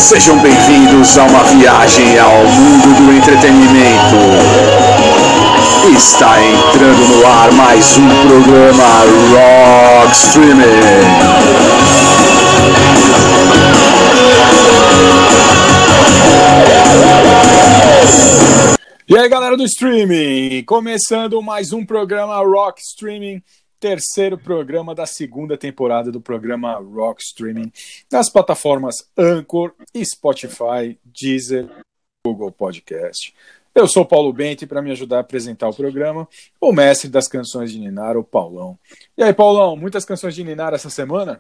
Sejam bem-vindos a uma viagem ao mundo do entretenimento. Está entrando no ar mais um programa Rock Streaming. E aí, galera do streaming, começando mais um programa Rock Streaming, terceiro programa da segunda temporada do programa Rock Streaming, nas plataformas Anchor, Spotify, Deezer, Google Podcast. Eu sou o Paulo Bento e para me ajudar a apresentar o programa, o mestre das canções de Ninar, o Paulão. E aí, Paulão, muitas canções de Ninar essa semana?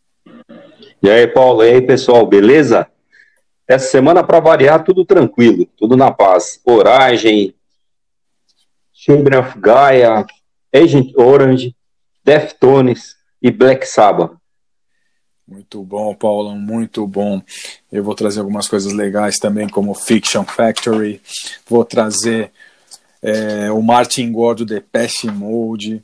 E aí, Paulo, e aí, pessoal, beleza? Essa semana, para variar, tudo tranquilo, tudo na paz. Origem, Children of Gaia, Agent Orange, Deftones e Black Sabbath. Muito bom, Paulo, muito bom. Eu vou trazer algumas coisas legais também, como Fiction Factory. Vou trazer o Martin Gore do Depeche Mode,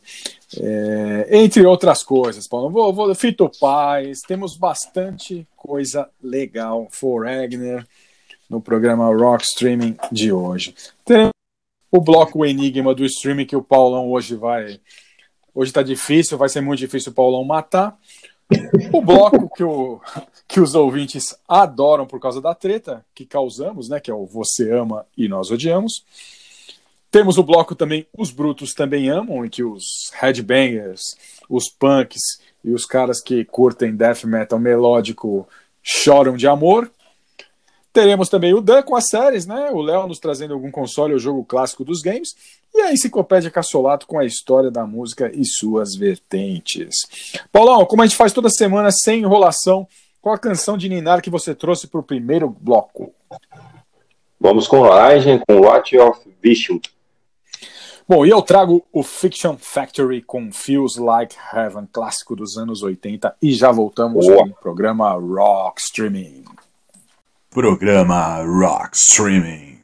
entre outras coisas, Paulo. Fito Paz, temos bastante coisa legal. Foreigner no programa Rock Streaming de hoje. Tem o bloco Enigma do streaming que o Paulão hoje vai... Hoje tá difícil, vai ser muito difícil o Paulão matar. O bloco que os ouvintes adoram por causa da treta que causamos, né? Que é o Você Ama e Nós Odiamos. Temos o bloco também Os Brutos Também Amam, em que os headbangers, os punks e os caras que curtem death metal melódico choram de amor. Teremos também o Dan com as séries, né? O Léo nos trazendo algum console ou jogo clássico dos games. E a Enciclopédia Cassolato com a história da música e suas vertentes. Paulão, como a gente faz toda semana, sem enrolação, qual a canção de Ninar que você trouxe para o primeiro bloco? Vamos com Origem, com What of Vision. Bom, e eu trago o Fiction Factory com Feels Like Heaven, clássico dos anos 80. E já voltamos com o programa Rock Streaming. Programa Rock Streaming.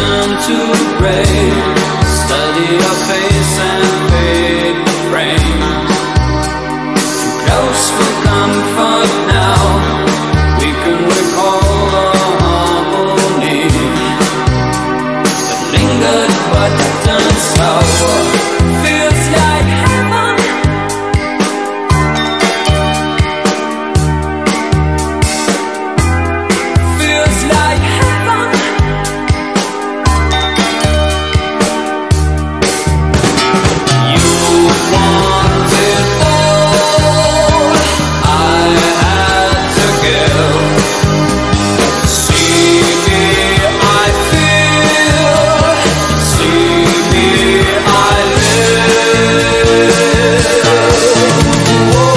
turn to gray. Study your face and fade the frame. Close for comfort now. We can recall the harmony that lingered but turned sour. Feels like heaven. Feels like heaven. You want it all. I had to give. See me, I feel. See me, I live. Whoa.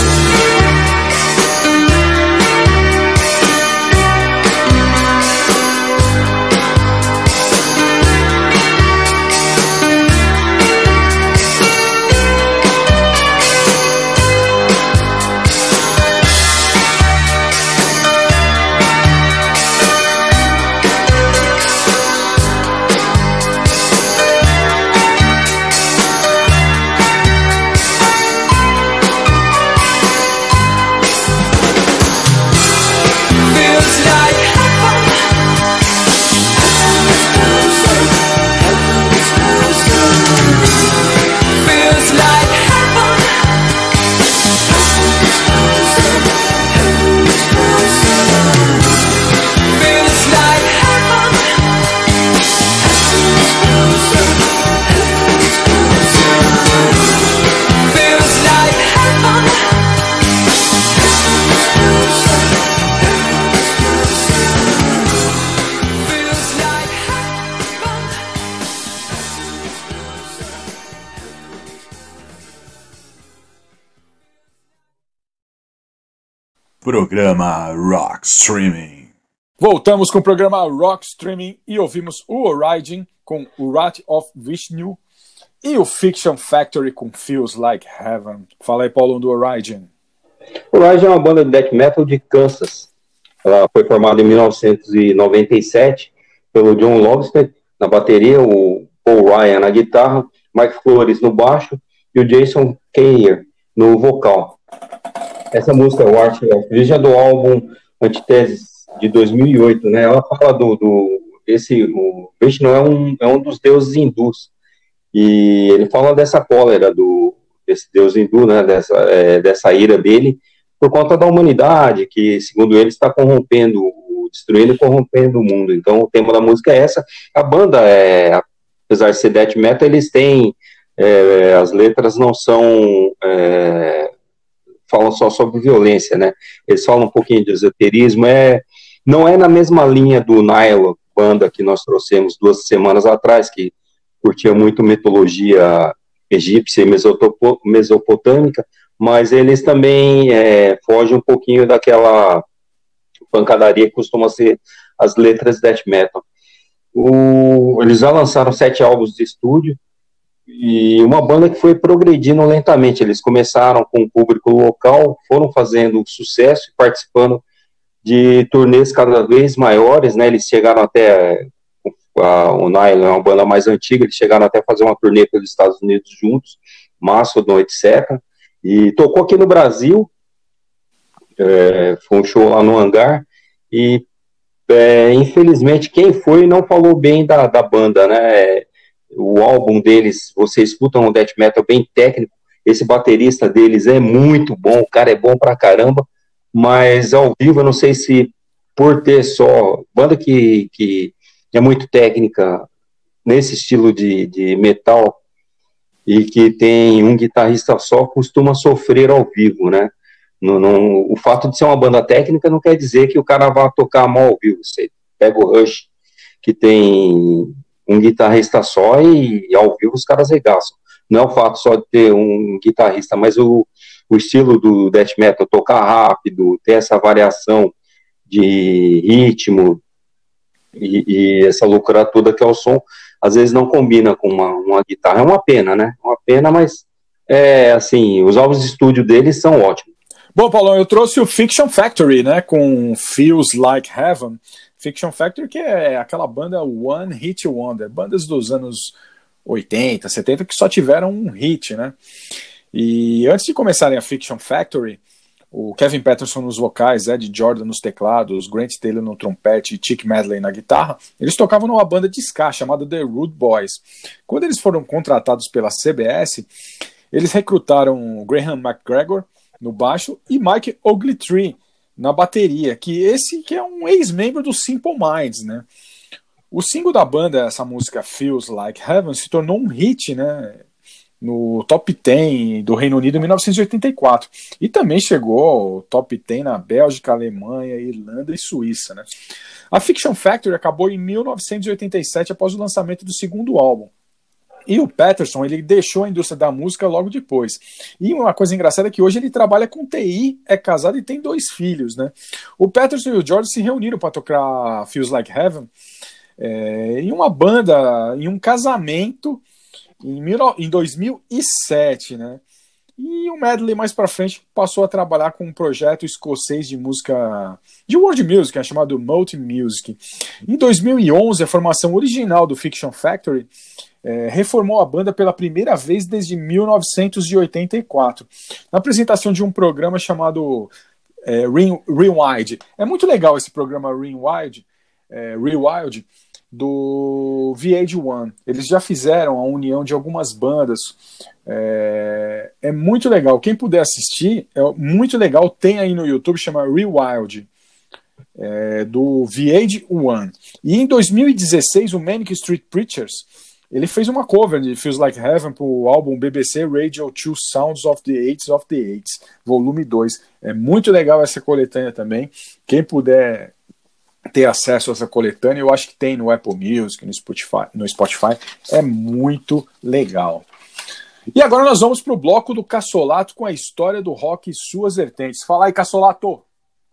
Feels like heaven. Feels like heaven. Feels like heaven. Feels like heaven. Feels like heaven. Programa Rock Streaming. Voltamos com o programa Rock Streaming e ouvimos o Origin com o Wrath of Vishnu e o Fiction Factory com Feels Like Heaven. Fala aí, Paulo, do Origin. Origin é uma banda de death metal de Kansas. Ela foi formada em 1997 pelo John Lobster na bateria, o Paul Ryan na guitarra, Mike Flores no baixo e o Jason Keir no vocal. Essa música, o Art of Vision, é do álbum Antithesis de 2008, né? Ela fala o Vishnu é um dos deuses hindus, e ele fala dessa cólera desse deus hindu, né? Dessa ira dele, por conta da humanidade, que, segundo ele, está corrompendo, destruindo e corrompendo o mundo. Então, o tema da música é essa. A banda, apesar de ser death metal, eles têm, as letras não são... falam só sobre violência, né? Eles falam um pouquinho de esoterismo, não é na mesma linha do Nile, banda que nós trouxemos 2 semanas atrás, que curtia muito mitologia egípcia e mesopotâmica, mas eles também fogem um pouquinho daquela pancadaria que costuma ser as letras de death metal. Eles já lançaram 7 álbuns de estúdio, e uma banda que foi progredindo lentamente. Eles começaram com o público local, foram fazendo sucesso e participando de turnês cada vez maiores, né? Eles chegaram até, o Nile é uma banda mais antiga, eles chegaram até a fazer uma turnê pelos Estados Unidos juntos, Mastodon, etc. E tocou aqui no Brasil, foi um show lá no Hangar, e infelizmente quem foi não falou bem da banda, né? O álbum deles, você escuta um death metal bem técnico, esse baterista deles é muito bom, o cara é bom pra caramba, mas ao vivo eu não sei se por ter só banda que é muito técnica nesse estilo de metal e que tem um guitarrista só, costuma sofrer ao vivo, né? O fato de ser uma banda técnica não quer dizer que o cara vá tocar mal ao vivo. Você pega o Rush, que tem um guitarrista só, e ao vivo os caras regaçam. Não é o fato só de ter um guitarrista, mas o estilo do death metal, tocar rápido, ter essa variação de ritmo e essa loucura toda que é o som, às vezes não combina com uma guitarra. É uma pena, né? Uma pena, mas assim, os álbuns de estúdio deles são ótimos. Bom, Paulão, eu trouxe o Fiction Factory, né, com Feels Like Heaven. Fiction Factory, que é aquela banda One Hit Wonder, bandas dos anos 80, 70, que só tiveram um hit, né? E antes de começarem a Fiction Factory, o Kevin Patterson nos vocais, Ed Jordan nos teclados, Grant Taylor no trompete e Chick Medley na guitarra, eles tocavam numa banda de ska chamada The Rude Boys. Quando eles foram contratados pela CBS, eles recrutaram Graham McGregor no baixo e Mike Ogletree na bateria, que é um ex-membro do Simple Minds, né? O single da banda, essa música Feels Like Heaven, se tornou um hit, né, no top 10 do Reino Unido em 1984. E também chegou ao top 10 na Bélgica, Alemanha, Irlanda e Suíça, né? A Fiction Factory acabou em 1987 após o lançamento do segundo álbum. E o Patterson, ele deixou a indústria da música logo depois. E uma coisa engraçada é que hoje ele trabalha com TI, é casado e tem 2 filhos, né? O Patterson e o George se reuniram para tocar Feels Like Heaven em uma banda, em um casamento, em 2007, né? E o Medley mais para frente passou a trabalhar com um projeto escocês de música, de world music, chamado Multi Music. Em 2011, a formação original do Fiction Factory reformou a banda pela primeira vez desde 1984, na apresentação de um programa chamado Rewind. É muito legal esse programa Rewind do VH1. Eles já fizeram a união de algumas bandas. É muito legal. Quem puder assistir, é muito legal. Tem aí no YouTube, chama Rewind, do VH1. E em 2016, o Manic Street Preachers, ele fez uma cover de Feels Like Heaven para o álbum BBC Radio 2 Sounds of the 80s of the 80s, volume 2. É muito legal essa coletânea também. Quem puder ter acesso a essa coletânea, eu acho que tem no Apple Music, no Spotify. É muito legal. E agora nós vamos para o bloco do Cassolato com a história do rock e suas vertentes. Fala aí, Cassolato!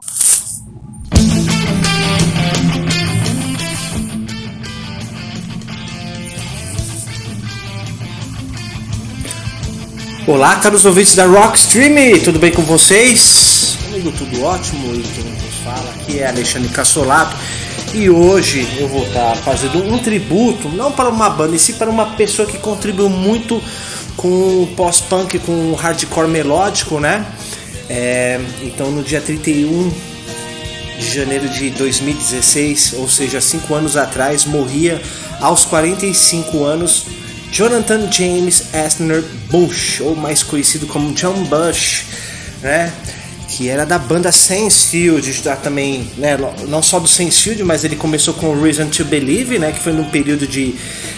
Olá, caros ouvintes da Rockstream, tudo bem com vocês? Comigo tudo ótimo, e quem nos fala aqui é Alexandre Cassolato. E hoje eu vou estar fazendo um tributo, não para uma banda, e sim para uma pessoa que contribuiu muito com o pós-punk, com o hardcore melódico, né? Então no dia 31 de janeiro de 2016, ou seja, 5 anos atrás, morria aos 45 anos Jonathan James Asner Bush, ou mais conhecido como John Bush, né? Que era da banda Saintsfield, já também, né? Não só do Saintsfield, mas ele começou com o Reason to Believe, né? Que foi num período de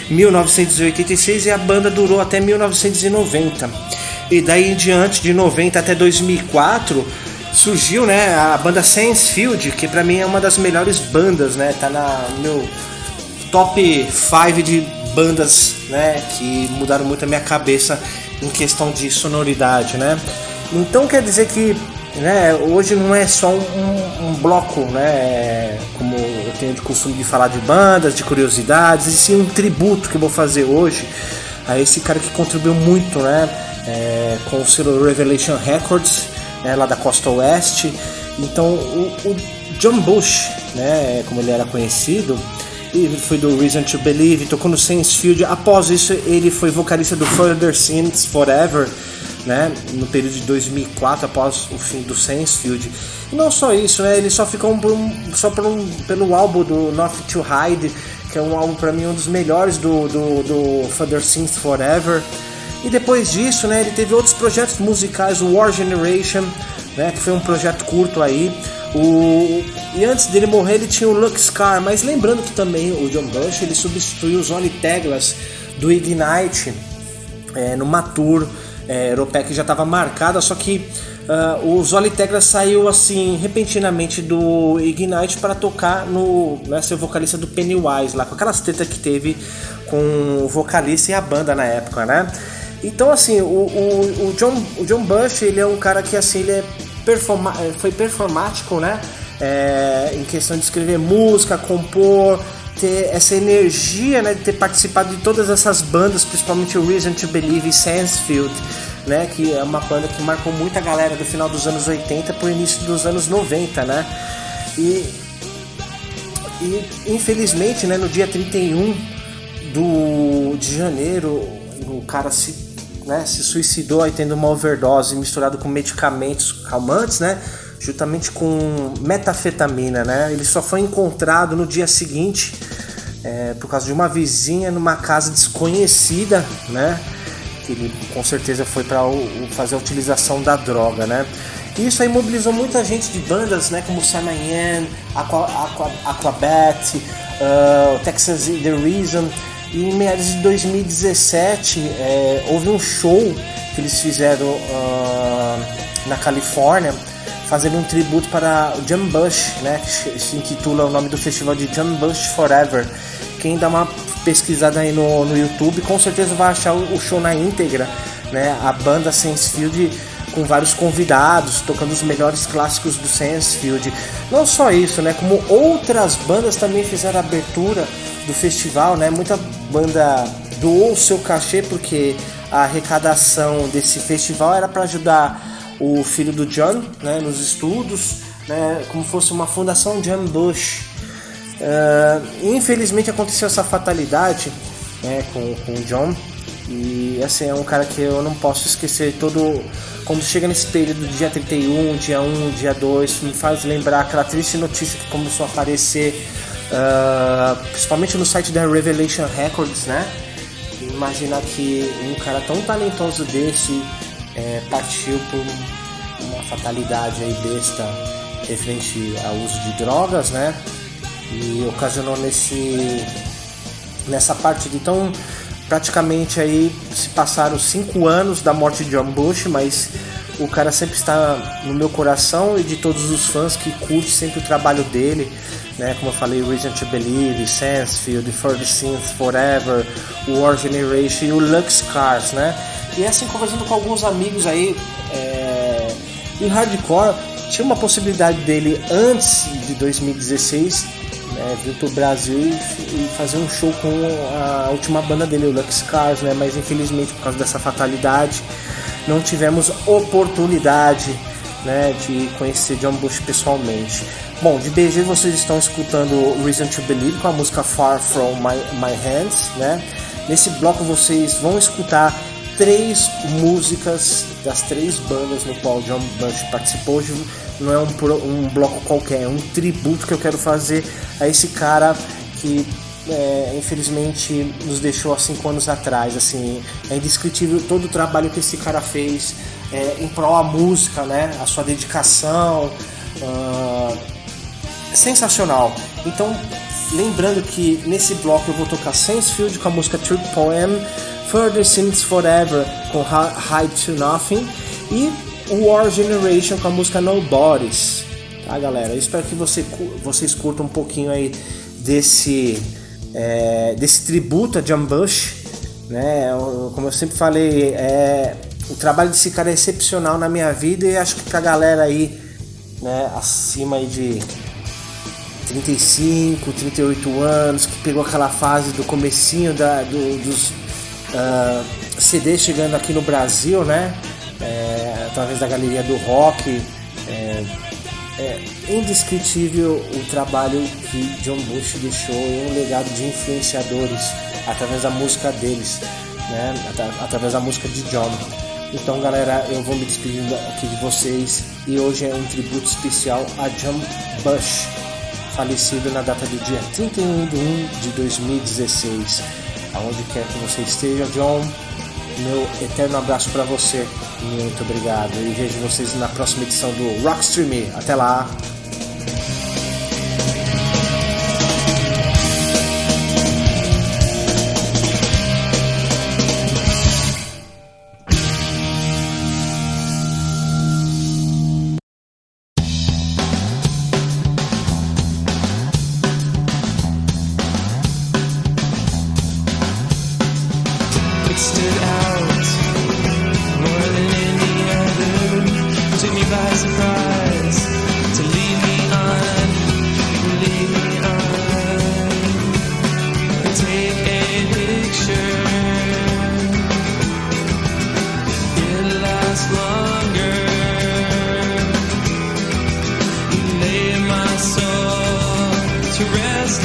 1986 e a banda durou até 1990. E daí em diante, de 90 até 2004, surgiu, né, a banda Saintsfield, que pra mim é uma das melhores bandas, né? Tá no meu top 5 de bandas, né, que mudaram muito a minha cabeça em questão de sonoridade, né? Então quer dizer que, né, hoje não é só um bloco, né, como eu tenho de costume de falar de bandas, de curiosidades, e sim um tributo que eu vou fazer hoje a esse cara que contribuiu muito, né, com o selo Revelation Records, né, lá da Costa Oeste. Então o John Bush, né, como ele era conhecido, ele foi do Reason to Believe, tocou no Saintsfield. Após isso, ele foi vocalista do Further Since Forever, né, no período de 2004, após o fim do Saintsfield. E não só isso, né, ele só ficou pelo álbum do Nothing to Hide, que é um álbum para mim um dos melhores do Further Since Forever. E depois disso, né, ele teve outros projetos musicais, o War Generation, né, que foi um projeto curto aí. E antes dele morrer ele tinha o Luck Scar, mas lembrando que também o John Bush ele substituiu o Zolly Teglas do Ignite numa tour europeia que já estava marcada, só que o Zolly Teglas saiu assim repentinamente do Ignite para tocar ser vocalista do Pennywise, lá com aquelas tretas que teve com o vocalista e a banda na época, né? Então assim, o John Bush ele é um cara que assim, ele foi performático, né? Em questão de escrever música, compor, ter essa energia, né, de ter participado de todas essas bandas, principalmente o Reason to Believe e Saintsfield, né, que é uma banda que marcou muita galera do final dos anos 80 pro início dos anos 90, né? E infelizmente, né, no dia 31 de janeiro, o cara se suicidou aí tendo uma overdose misturado com medicamentos calmantes, né? Juntamente com metafetamina, né? Ele só foi encontrado no dia seguinte por causa de uma vizinha numa casa desconhecida, né? Que ele com certeza foi para fazer a utilização da droga, né? E isso aí mobilizou muita gente de bandas, né? Como Simon Yan, Aquabat, Texas The Reason. E em meados de 2017 houve um show que eles fizeram na Califórnia, fazendo um tributo para o Jam Bush, né, que se intitula o nome do festival de Jam Bush Forever. Quem dá uma pesquisada aí no YouTube com certeza vai achar o show na íntegra, né? A banda Sensefield com vários convidados tocando os melhores clássicos do Sensefield. Não só isso, né, como outras bandas também fizeram a abertura do festival, né? Muita banda doou o seu cachê porque a arrecadação desse festival era para ajudar o filho do John, né, nos estudos, né, como fosse uma fundação Jam Bush. Infelizmente aconteceu essa fatalidade, né, com o John, e assim, é um cara que eu não posso esquecer. Quando chega nesse período do dia 31, dia 1, dia 2, me faz lembrar aquela triste notícia que começou a aparecer principalmente no site da Revelation Records, né? Imaginar que um cara tão talentoso desse partiu por uma fatalidade aí besta referente ao uso de drogas, né? E ocasionou nessa parte de tão praticamente aí se passaram 5 anos da morte de John Bush, mas o cara sempre está no meu coração e de todos os fãs que curtem sempre o trabalho dele, né? Como eu falei, Reason to Believe, Sensefield, For the Synth Forever, War Generation e o Lux Cars, né? E assim, conversando com alguns amigos aí, em hardcore, tinha uma possibilidade dele antes de 2016, né, vir pro Brasil e fazer um show com a última banda dele, o Lux Cars, né? Mas infelizmente, por causa dessa fatalidade, não tivemos oportunidade, né, de conhecer John Bush pessoalmente. Bom, de BG vocês estão escutando Reason to Believe com a música Far From My Hands, né? Nesse bloco vocês vão escutar 3 músicas das 3 bandas no qual John Bush participou. Hoje não é um bloco qualquer, é um tributo que eu quero fazer a esse cara que infelizmente nos deixou há 5 anos atrás. Assim, é indescritível todo o trabalho que esse cara fez em prol da música, né? A sua dedicação, sensacional. Então, lembrando que nesse bloco eu vou tocar Sensefield com a música True Poem, Further Synths Forever com Hide to Nothing e War Generation com a música Nobodies. Tá, galera? Eu espero que vocês curtam um pouquinho aí desse tributo a John Bush, né? Como eu sempre falei, o trabalho desse cara é excepcional na minha vida, e acho que pra galera aí, né, acima aí de 35, 38 anos, que pegou aquela fase do comecinho dos CDs chegando aqui no Brasil, né, através da galeria do rock, é indescritível o trabalho que John Bush deixou, um legado de influenciadores através da música deles, né, através da música de John. Então, galera, eu vou me despedindo aqui de vocês, e hoje é um tributo especial a John Bush, falecido na data do dia 31 de 1 de 2016. Aonde quer que você esteja, John, meu eterno abraço para você. Muito obrigado. E vejo vocês na próxima edição do Rockstream. Até lá! Rest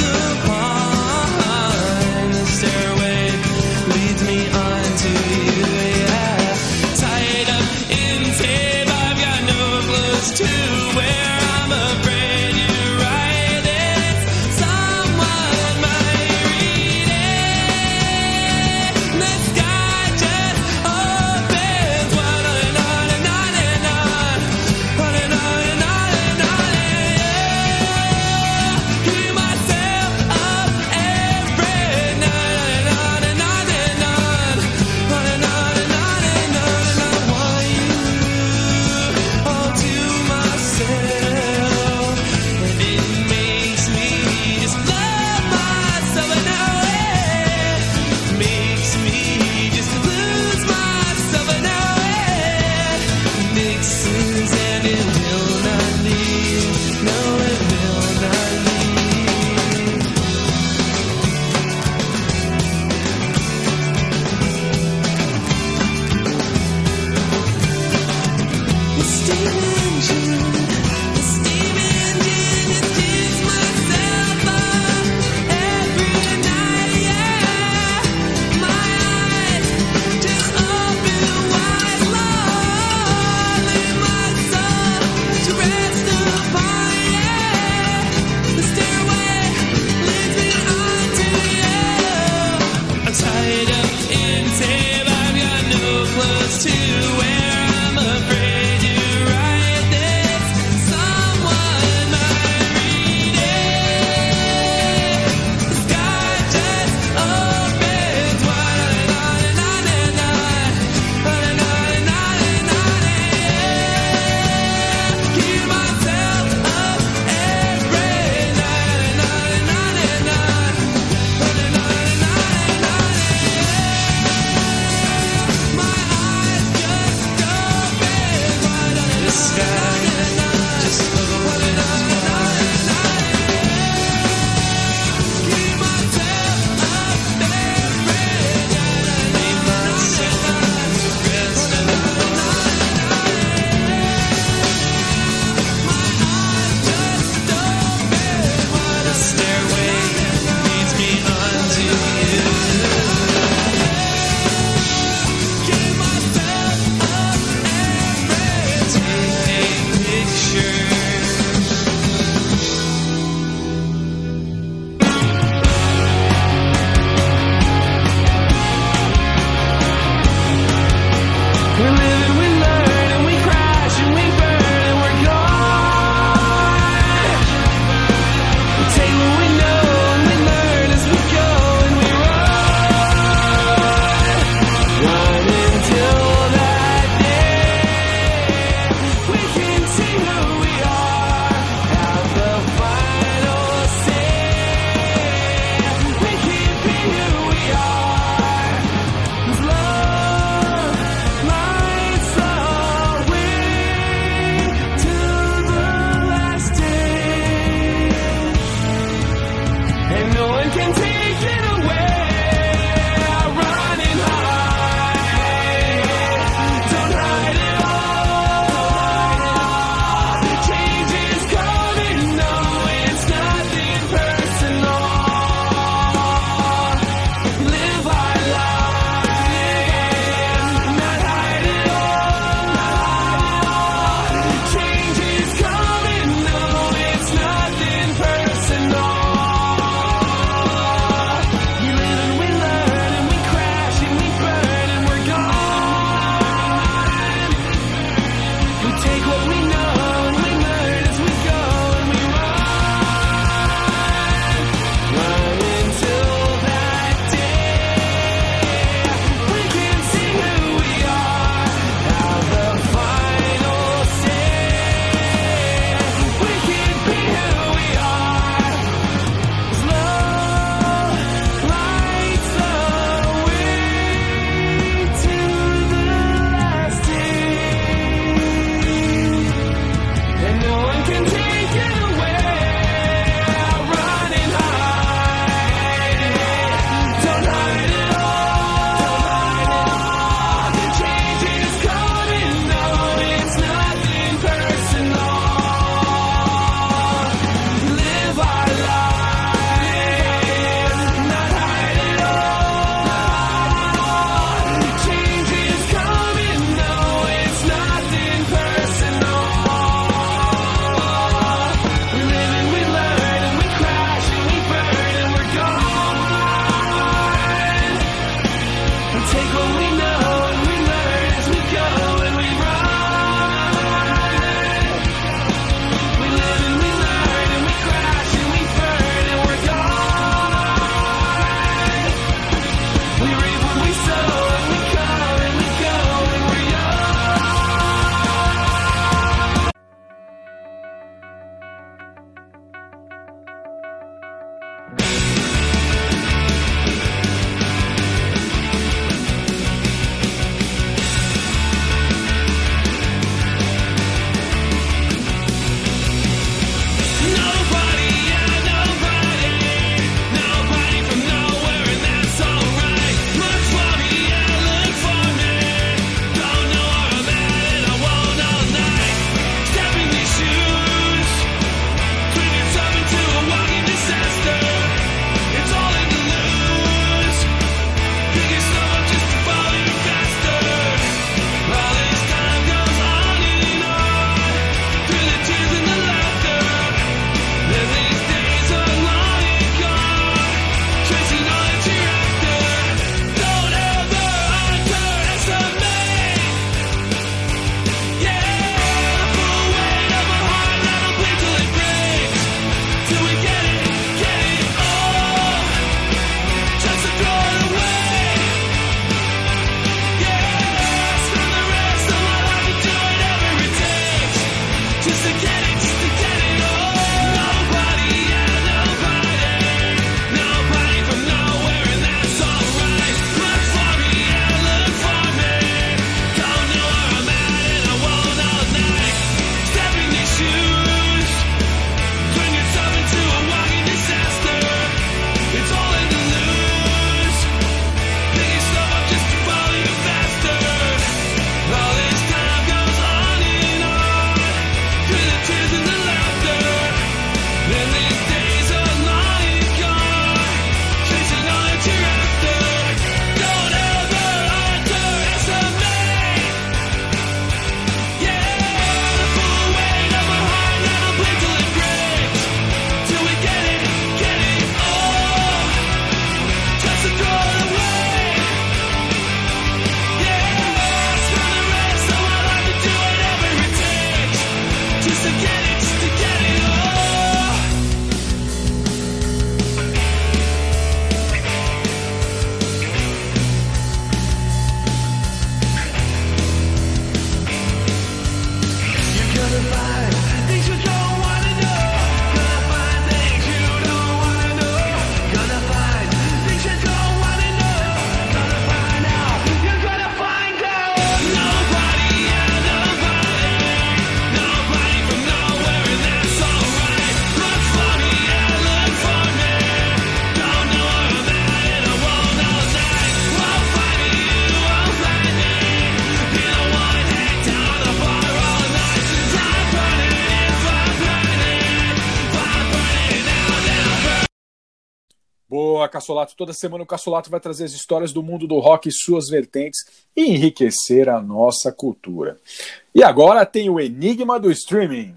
Boa, Cassolato. Toda semana o Cassolato vai trazer as histórias do mundo do rock e suas vertentes e enriquecer a nossa cultura. E agora tem o Enigma do Streaming.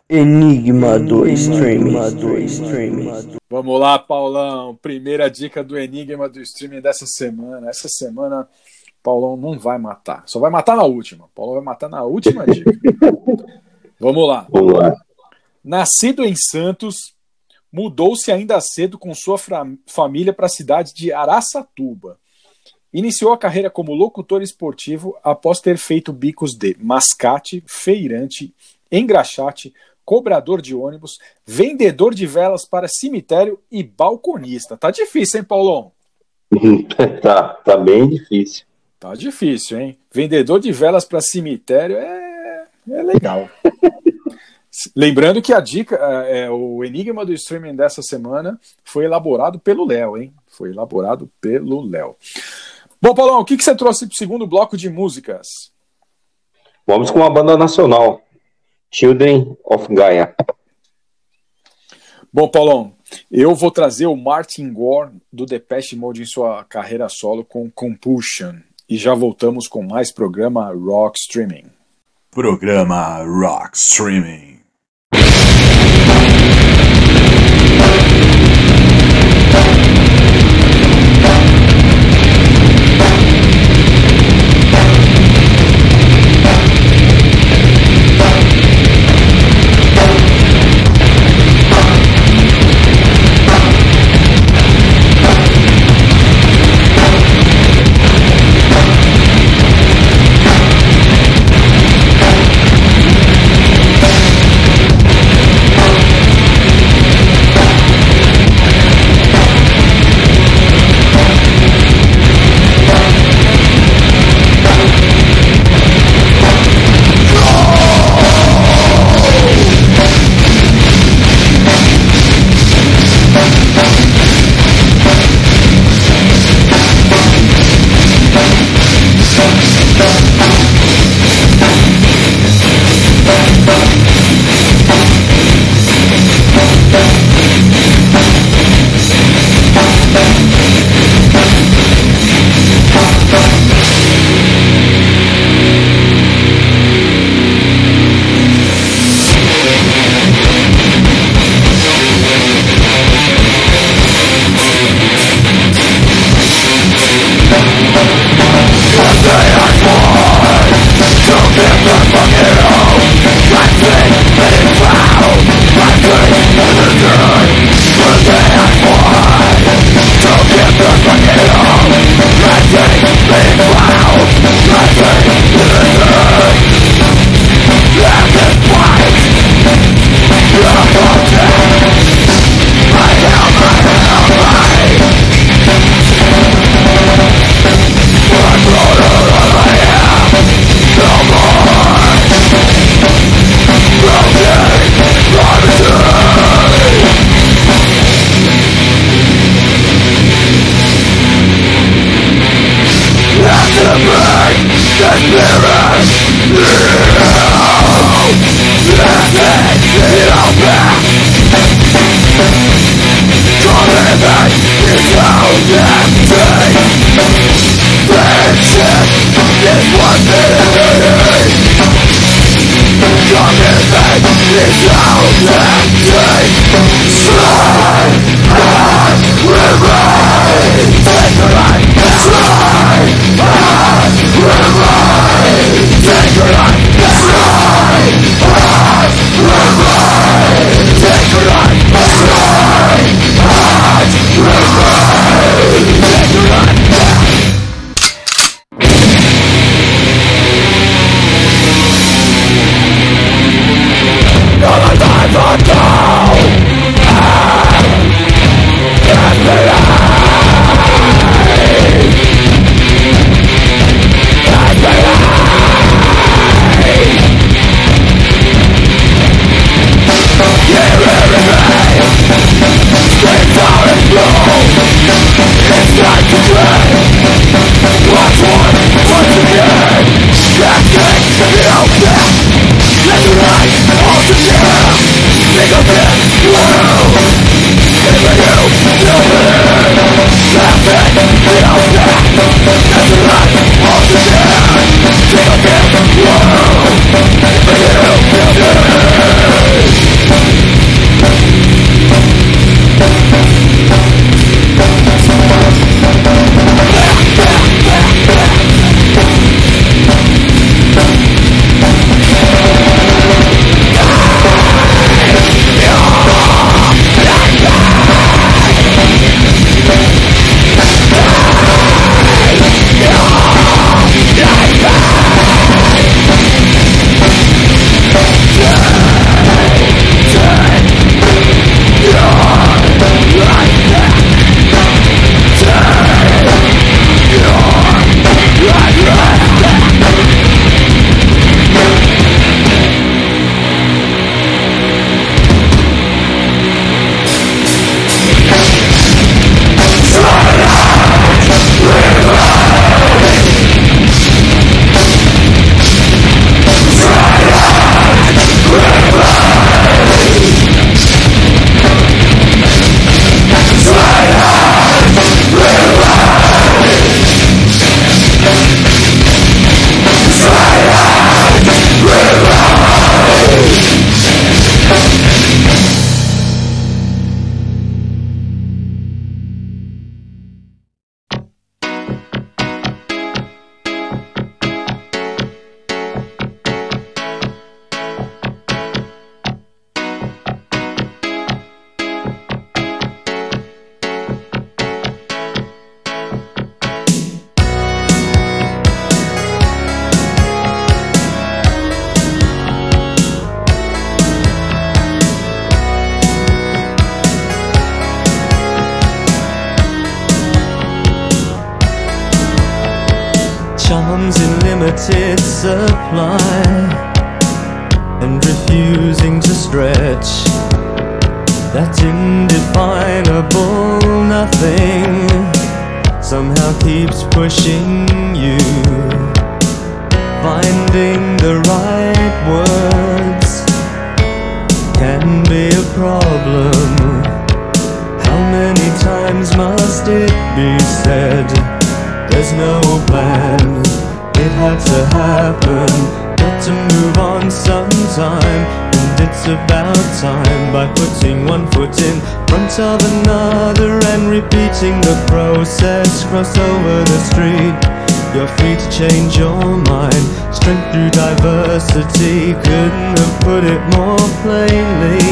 Enigma do Streaming. Vamos lá, Paulão. Primeira dica do Enigma do Streaming dessa semana. Essa semana, Paulão não vai matar. Só vai matar na última. Paulão vai matar na última dica. Vamos lá. Vamos lá. Nascido em Santos, mudou-se ainda cedo com sua família para a cidade de Araçatuba. Iniciou a carreira como locutor esportivo após ter feito bicos de mascate, feirante, engraxate, cobrador de ônibus, vendedor de velas para cemitério e balconista. Tá difícil, hein, Paulão? Tá bem difícil. Tá difícil, hein? Vendedor de velas para cemitério é legal. Lembrando que a dica, o Enigma do Streaming dessa semana foi elaborado pelo Léo, hein? Foi elaborado pelo Léo. Bom, Paulão, o que você trouxe para o segundo bloco de músicas? Vamos com uma banda nacional, Children of Gaia. Bom, Paulão, eu vou trazer o Martin Gore do Depeche Mode em sua carreira solo com Compulsion. E já voltamos com mais programa Rock Streaming. Programa Rock Streaming. charms in limited supply and refusing to stretch. That indefinable nothing somehow keeps pushing you, finding the right words can be a problem. How many times must it be said? There's no plan, it had to happen. Got to move on sometime, and it's about time. By putting one foot in front of another and repeating the process, cross over the street. You're free to change your mind. Strength through diversity, couldn't have put it more plainly.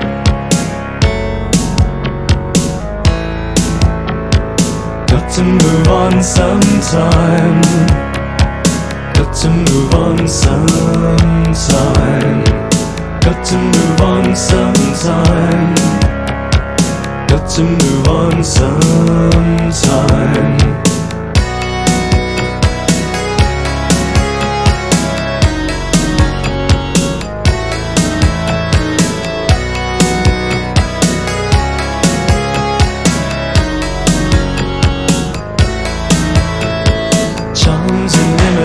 Got to move on sometime. Got to move on sometime. Got to move on sometime. Got to move on sometime.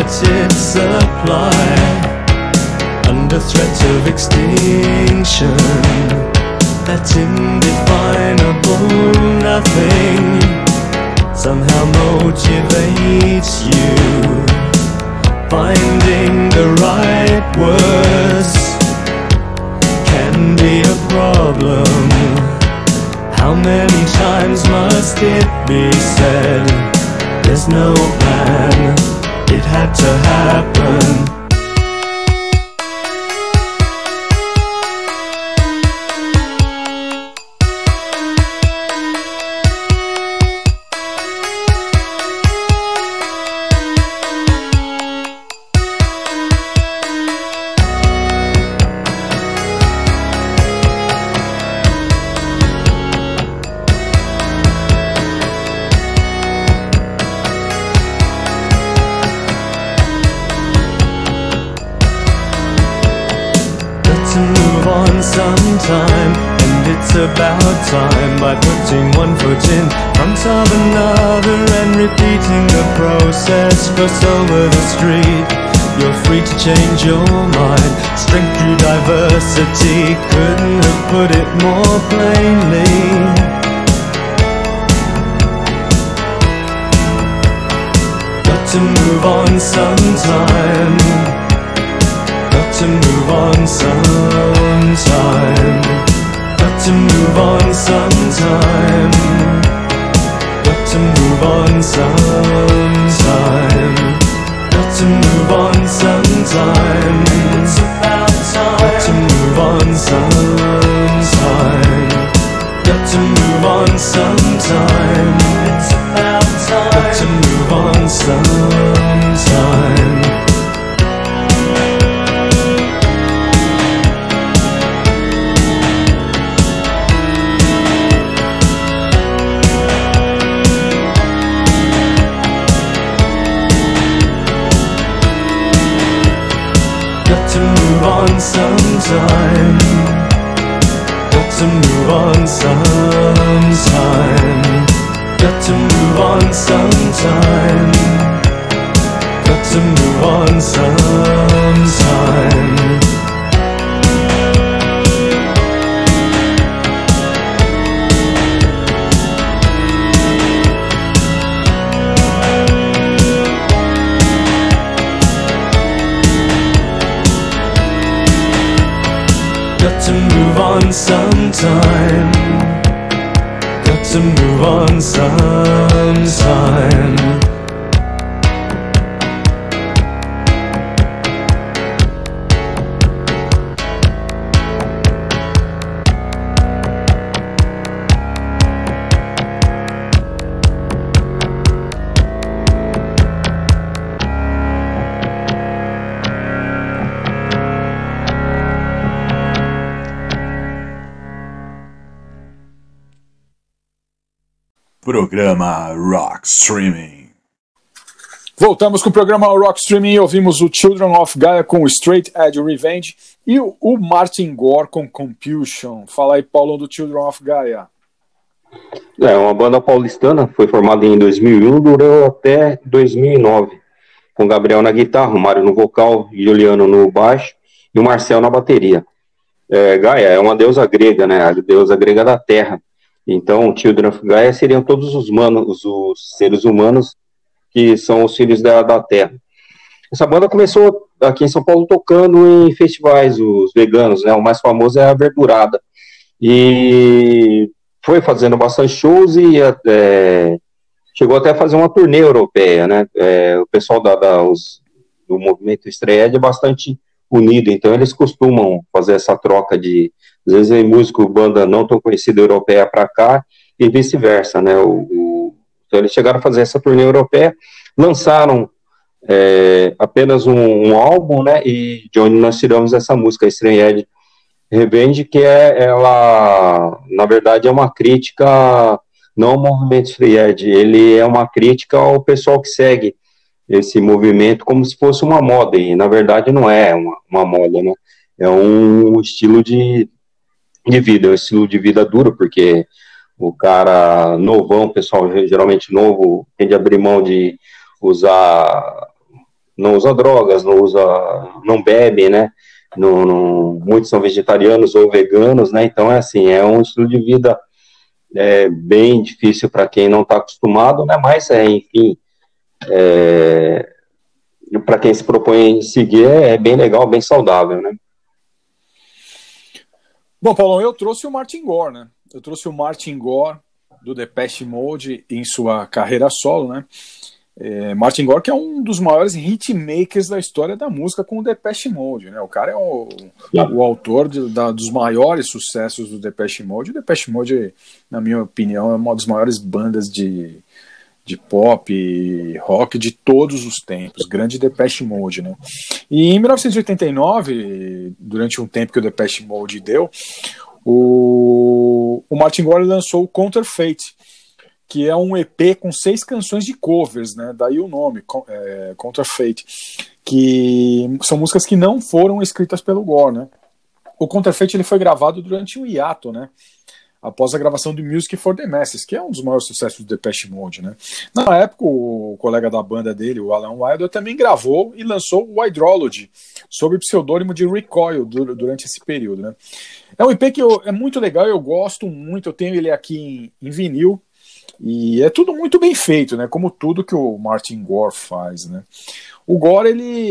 limited supply, under threat of extinction. That indefinable nothing somehow motivates you. Finding the right words can be a problem. How many times must it be said? There's no plan, it had to happen. Sometime, and it's about time, by putting one foot in front of another and repeating the process. Cross over the street, you're free to change your mind. Strength through diversity, couldn't have put it more plainly. Got to move on sometime, got to move on sometime. Got to move on sometime. Got to move on sometime. Got to move on sometime. It's about time. Got to move on sometime. Got to move on sometime. It's about time. Got to move on sometime. Sometime, got to move on sometime, got to move on sometime, got to move on sometime. Got to move on sometime. Got to move on sometime. Programa Rock Streaming. Voltamos com o programa Rock Streaming. Ouvimos o Children of Gaia com Straight Edge Revenge e o Martin Gore com Compulsion. Fala aí, Paulo, do Children of Gaia. É uma banda paulistana, foi formada em 2001, durou até 2009, com Gabriel na guitarra, o Mário no vocal, Juliano no baixo e o Marcel na bateria. Gaia é uma deusa grega, né? A deusa grega da terra. Então, Children of Gaia seriam todos os seres humanos que são os filhos da Terra. Essa banda começou aqui em São Paulo tocando em festivais, os veganos, né? O mais famoso é a Verdurada. E foi fazendo bastante shows e chegou até a fazer uma turnê europeia, né? O pessoal do movimento Stray Edge é bastante unido, então eles costumam fazer essa troca de, às vezes vem músico, banda não tão conhecida europeia para cá e vice-versa, né? Então eles chegaram a fazer essa turnê europeia, lançaram apenas um álbum, né? E de onde nós tiramos essa música, Stray Edge Revenge, que ela, na verdade, é uma crítica não ao movimento Stray Edge, ele é uma crítica ao pessoal que segue esse movimento como se fosse uma moda, e na verdade não é uma moda, né? É um estilo de vida, é um estilo de vida duro, porque o cara novão, pessoal geralmente novo, tende a abrir mão de usar não usa drogas, não bebe, né? Muitos são vegetarianos ou veganos, né? Então é assim, é um estilo de vida bem difícil para quem não está acostumado, né? Mas enfim, para quem se propõe a seguir é bem legal, bem saudável, né? Bom, Paulão, eu trouxe o Martin Gore, né? Eu trouxe o Martin Gore do Depeche Mode em sua carreira solo, né? Martin Gore, que é um dos maiores hitmakers da história da música com o Depeche Mode, né? O cara é o autor dos maiores sucessos do Depeche Mode. O Depeche Mode, na minha opinião, é uma das maiores bandas de pop e rock de todos os tempos. Grande Depeche Mode, né? E em 1989, durante um tempo que o Depeche Mode deu, o Martin Gore lançou o Counterfeit, que é um EP com 6 canções de covers, né? Daí o nome, Counterfeit, que são músicas que não foram escritas pelo Gore, né? O Counterfeit ele foi gravado durante um hiato, né? Após a gravação de Music for the Masses, que é um dos maiores sucessos do Depeche Mode, né? Na época, o colega da banda dele, o Alan Wilder, também gravou e lançou o Hydrology, sob o pseudônimo de Recoil, durante esse período, né? É um EP que é muito legal, eu gosto muito, eu tenho ele aqui em vinil, e é tudo muito bem feito, né? Como tudo que o Martin Gore faz, né? O Gore,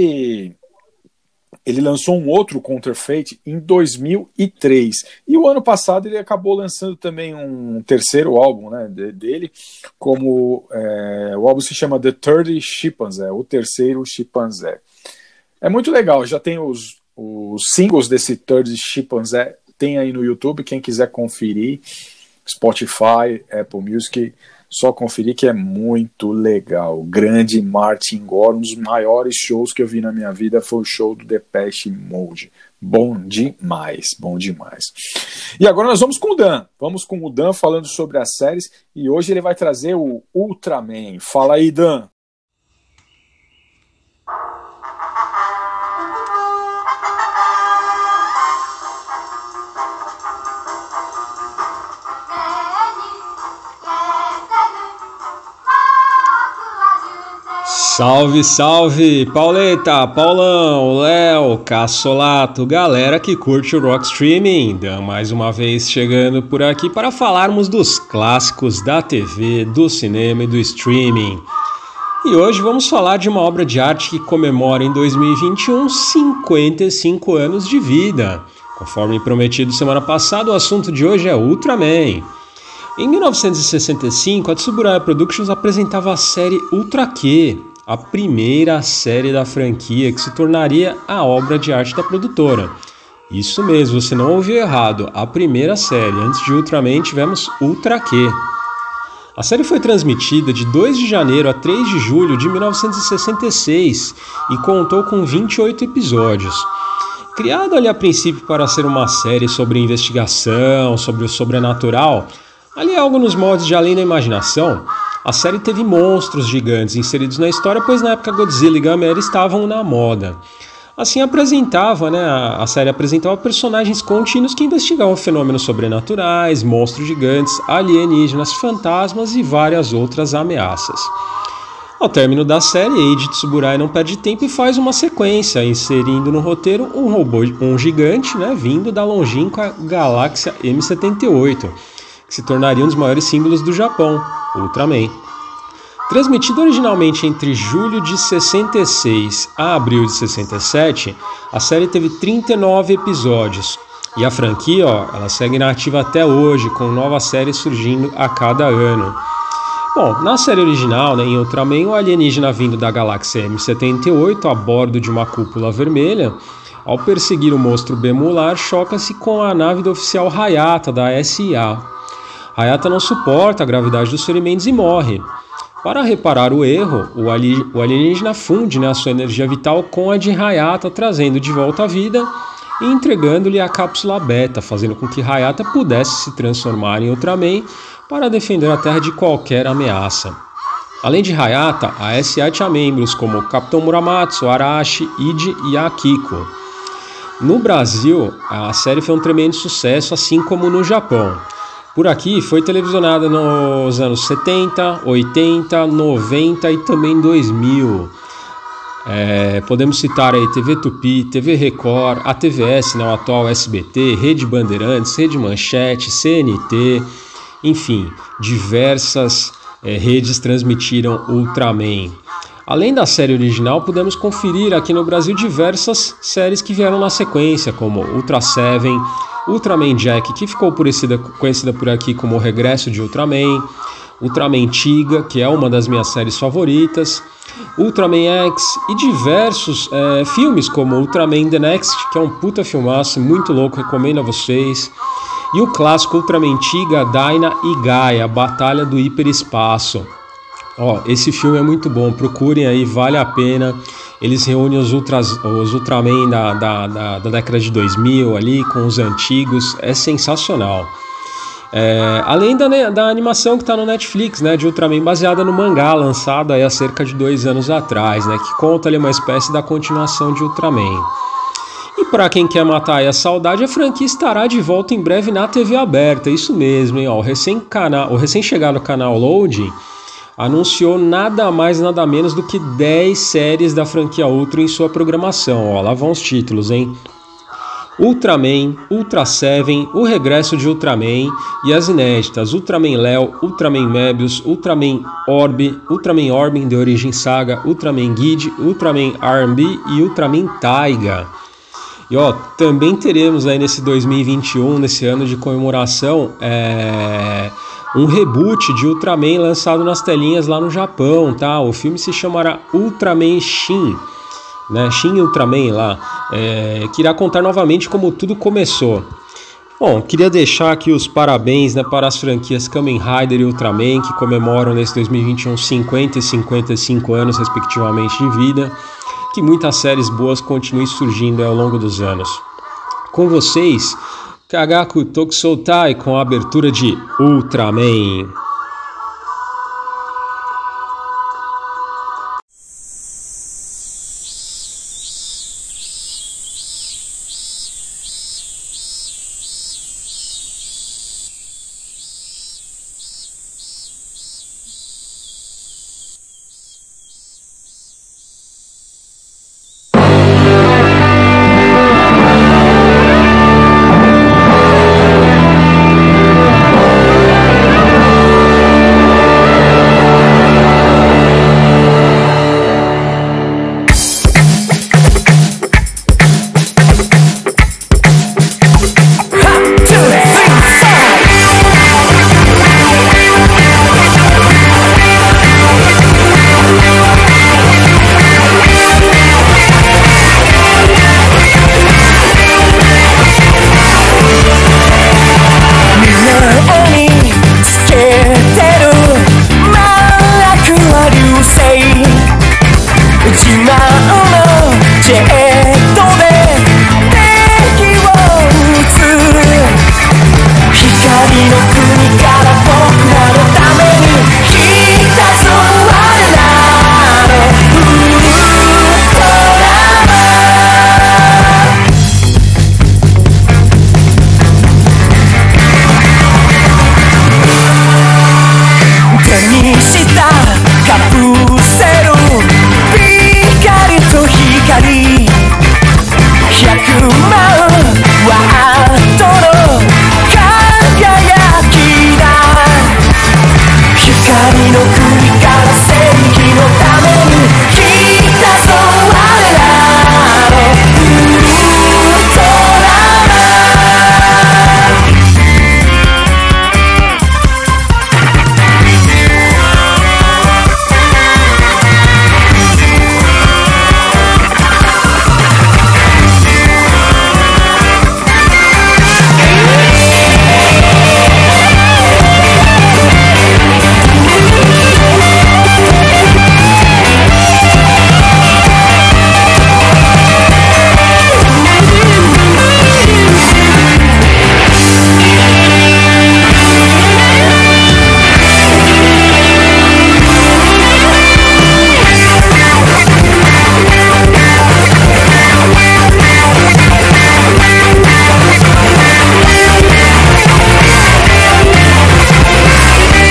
ele lançou um outro Counterfeit em 2003. E o ano passado ele acabou lançando também um terceiro álbum, né, dele, como o álbum se chama The Third Chimpanzee, o terceiro chimpanzé. É muito legal, já tem os singles desse Third Chimpanzee, tem aí no YouTube, quem quiser conferir, Spotify, Apple Music, só conferir que é muito legal. Grande Martin Gore, um dos maiores shows que eu vi na minha vida foi o show do Depeche Mode. Bom demais, bom demais. E agora nós vamos com o Dan. Vamos com o Dan falando sobre as séries e hoje ele vai trazer o Ultraman. Fala aí, Dan. Salve, salve, Pauleta, Paulão, Léo, Cassolato, galera que curte o Rock Streaming. Dan mais uma vez chegando por aqui para falarmos dos clássicos da TV, do cinema e do streaming. E hoje vamos falar de uma obra de arte que comemora em 2021 55 anos de vida. Conforme prometido semana passada, o assunto de hoje é Ultraman. Em 1965, a Tsuburaya Productions apresentava a série Ultra Q, a primeira série da franquia que se tornaria a obra de arte da produtora. Isso mesmo, você não ouviu errado, a primeira série. Antes de Ultraman tivemos Ultra Q. A série foi transmitida de 2 de janeiro a 3 de julho de 1966 e contou com 28 episódios. Criada ali a princípio para ser uma série sobre investigação, sobre o sobrenatural, ali algo nos moldes de Além da Imaginação, a série teve monstros gigantes inseridos na história, pois na época Godzilla e Gamera estavam na moda. Assim a série apresentava personagens contínuos que investigavam fenômenos sobrenaturais, monstros gigantes, alienígenas, fantasmas e várias outras ameaças. Ao término da série, Eiji Tsuburaya não perde tempo e faz uma sequência, inserindo no roteiro um gigante, vindo da longínqua galáxia M78, que se tornaria um dos maiores símbolos do Japão, Ultraman. Transmitido originalmente entre julho de 66 a abril de 67, a série teve 39 episódios. E a franquia ela segue na ativa até hoje, com novas séries surgindo a cada ano. Bom, na série original, em Ultraman, o alienígena vindo da galáxia M78 a bordo de uma cúpula vermelha, ao perseguir o monstro Bemular, choca-se com a nave do oficial Hayata da SIA. Hayata não suporta a gravidade dos ferimentos e morre. Para reparar o erro, o alienígena funde a sua energia vital com a de Hayata, trazendo de volta a vida e entregando-lhe a cápsula beta, fazendo com que Hayata pudesse se transformar em Ultraman para defender a Terra de qualquer ameaça. Além de Hayata, a SA tinha membros como Capitão Muramatsu, Arashi, Ide e Akiko. No Brasil, a série foi um tremendo sucesso, assim como no Japão. Por aqui foi televisionada nos anos 70, 80, 90 e também 2000. Podemos citar aí TV Tupi, TV Record, a TVS, né, o atual SBT, Rede Bandeirantes, Rede Manchete, CNT, enfim, diversas redes transmitiram Ultraman. Além da série original, podemos conferir aqui no Brasil diversas séries que vieram na sequência, como Ultra Seven, Ultraman Jack, que ficou conhecida por aqui como O Regresso de Ultraman, Ultraman Tiga, que é uma das minhas séries favoritas, Ultraman X e diversos filmes como Ultraman The Next, que é um puta filmaço, muito louco, recomendo a vocês. E o clássico Ultraman Tiga, Dyna e Gaia, Batalha do Hiperespaço. Esse filme é muito bom, procurem aí, vale a pena. Eles reúnem os Ultraman da década de 2000 ali com os antigos, é sensacional. Além da animação que está no Netflix, né, de Ultraman, baseada no mangá lançado aí há cerca de 2 anos atrás, né, que conta ali uma espécie da continuação de Ultraman. E para quem quer matar aí a saudade, a franquia estará de volta em breve na TV aberta, isso mesmo, hein? O recém-chegado canal Loading anunciou nada mais nada menos do que 10 séries da franquia Ultra em sua programação. Lá vão os títulos, hein? Ultraman, Ultra Seven, O Regresso de Ultraman e as inéditas Ultraman Léo, Ultraman Mebius, Ultraman Orb, Ultraman Orb de Origem Saga, Ultraman Guide, Ultraman R&B e Ultraman Taiga. E também teremos aí nesse 2021, nesse ano de comemoração, um reboot de Ultraman lançado nas telinhas lá no Japão, tá? O filme se chamará Ultraman Shin, né? Shin Ultraman lá, que irá contar novamente como tudo começou. Bom, queria deixar aqui os parabéns, né, para as franquias Kamen Rider e Ultraman, que comemoram nesse 2021 50 e 55 anos, respectivamente, de vida. Que muitas séries boas continuem surgindo ao longo dos anos. Com vocês, Kagaku Tokusoutai com a abertura de Ultraman.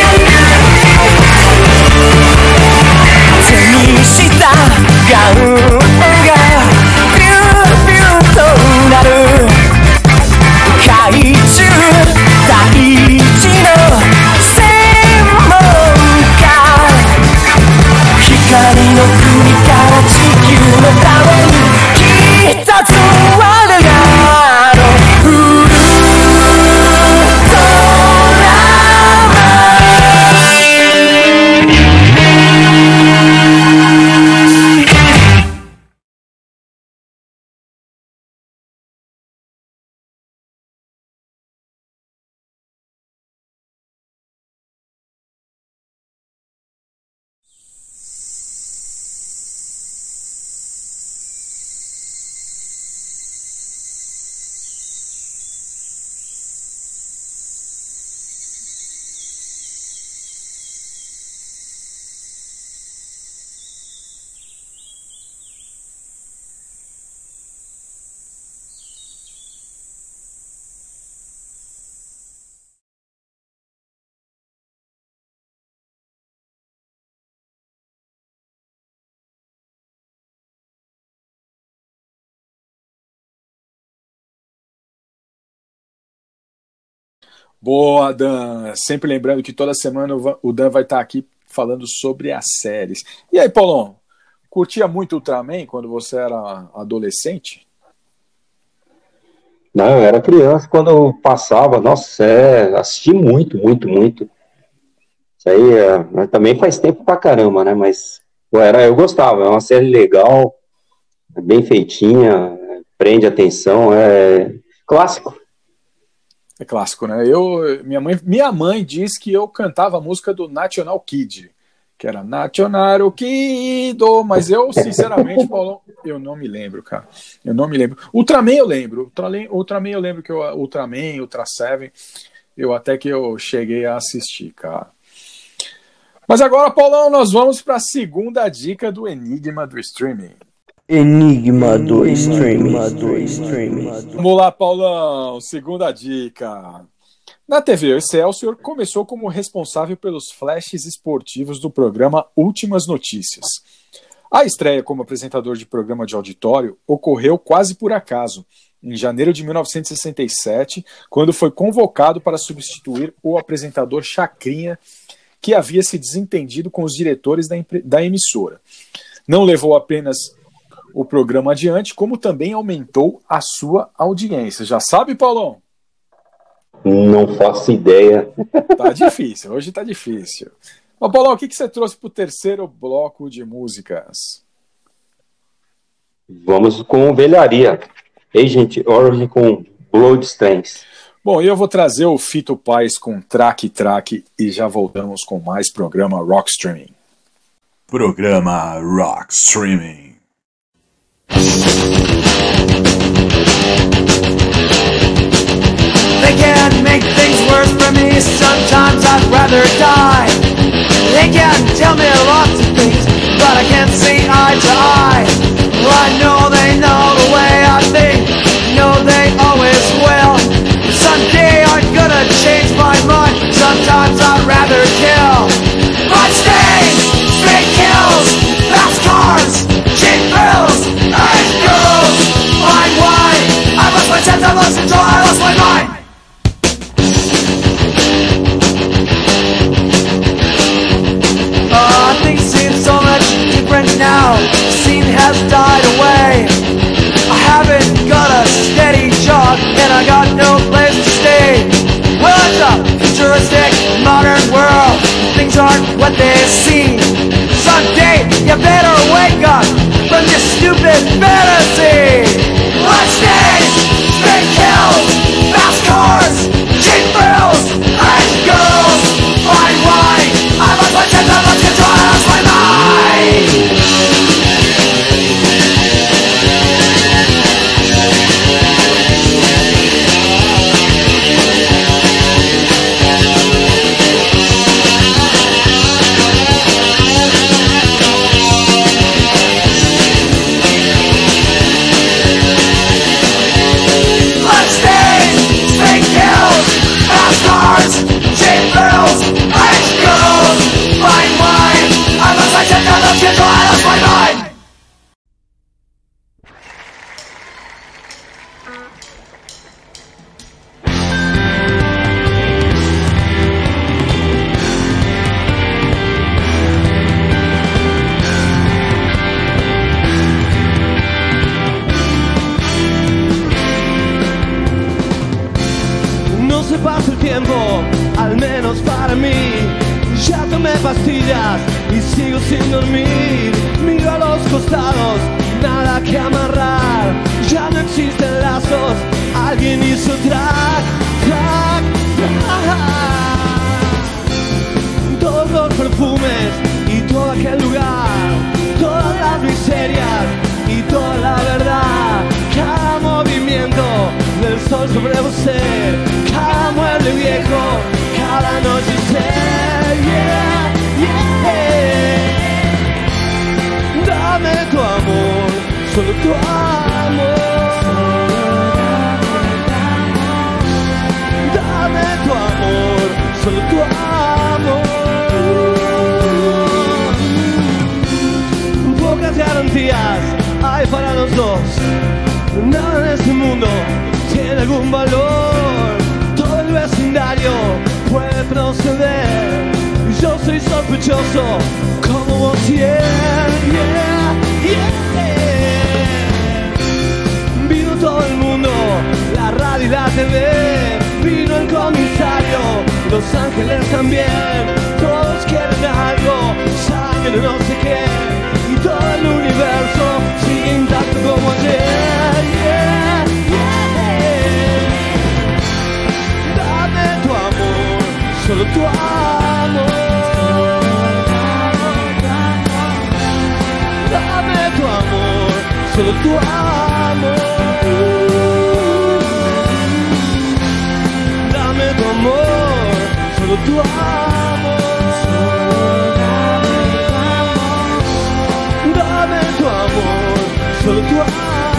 が Boa, Dan. Sempre lembrando que toda semana o Dan vai estar aqui falando sobre as séries. E aí, Paulão, curtia muito Ultraman quando você era adolescente? Não, eu era criança quando eu passava, nossa, assisti muito, muito, muito. Isso aí mas também faz tempo pra caramba, né? Mas pô, eu gostava, é uma série legal, bem feitinha, prende atenção, é clássico. É clássico, né? Minha mãe diz que eu cantava a música do National Kid, que era National Kid, mas eu, sinceramente, Paulão, eu não me lembro, cara. Eu não me lembro. Ultraman eu lembro. Ultraman eu lembro que Ultraman, Ultra Seven, até que eu cheguei a assistir, cara. Mas agora, Paulão, nós vamos para a segunda dica do Enigma do Streaming. Enigma do Streaming. Vamos lá, Paulão, segunda dica. Na TV Excelsior, começou como responsável pelos flashes esportivos do programa Últimas Notícias. A estreia como apresentador de programa de auditório ocorreu quase por acaso, em janeiro de 1967, quando foi convocado para substituir o apresentador Chacrinha, que havia se desentendido com os diretores da emissora. Não levou apenas o programa adiante, como também aumentou a sua audiência. Já sabe, Paulão? Não faço ideia. Tá difícil, hoje tá difícil. Mas, Paulão, o que você trouxe pro terceiro bloco de músicas? Vamos com Velharia. Agent Orange com Bloodstains. Bom, e eu vou trazer o Fito Paz com Traque Traque e já voltamos com mais programa Rock Streaming. Programa Rock Streaming. They can make things worse for me. Sometimes I'd rather die. They can tell me lots of things, but I can't see eye to eye. Well, I know they know the way I think. Know they always will. Someday I'm gonna change my mind. Sometimes I'd rather kill. Bloodstains, straight kills, fast cars, cheap thrills, nice girls, fine wine. I lost my sense, I lost control, I lost my mind. Things seem so much different now. The scene has died away. I haven't got a steady job and I got no place to stay. Well, it's a futuristic, modern world. Things aren't what they seem. Someday, you better wake up from this stupid fantasy. Bloodstains, straight kills, fast cars, cheap thrills, nice girls, fine wine. I lost my sense, I lost control, I lost my mind. para mí. Ya tomé pastillas y sigo sin dormir. Miro a los costados, nada que amarrar. Ya no existen lazos, alguien hizo track, track, track. Todos los perfumes y todo aquel lugar, todas las miserias y toda la verdad. Cada movimiento del sol sobre usted, cada mueble viejo, cada noche yeah, yeah. Dame tu amor, solo tu amor. Dame tu amor, solo tu amor. Pocas garantías hay para los dos. Nada en este mundo tiene algún valor. Todo el vecindario puede proceder. Yo soy sospechoso como vos, yeah, yeah, yeah. Vino todo el mundo, la radio y la TV. Vino el comisario, Los Ángeles también. Todos quieren algo, sangre no sé qué. Y todo el universo sigue intacto como ayer, yeah, yeah. Dame tu amor, solo tu amor. Dame tu amor, solo tu amor. Dame tu amor, solo tu amor. Dame tu amor, solo tu amor.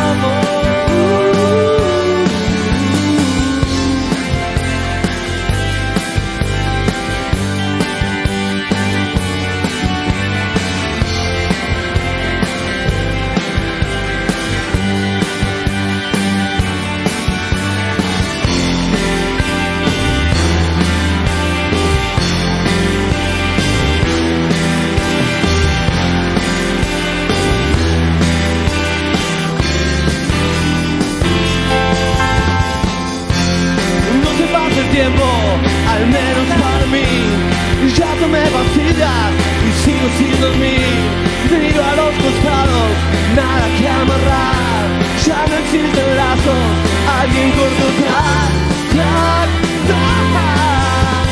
Al menos para mí. Ya tomé pastillas y sigo sin dormir. Miro a los costados, nada que amarrar. Ya no existen lazos, alguien cortó track, track, track.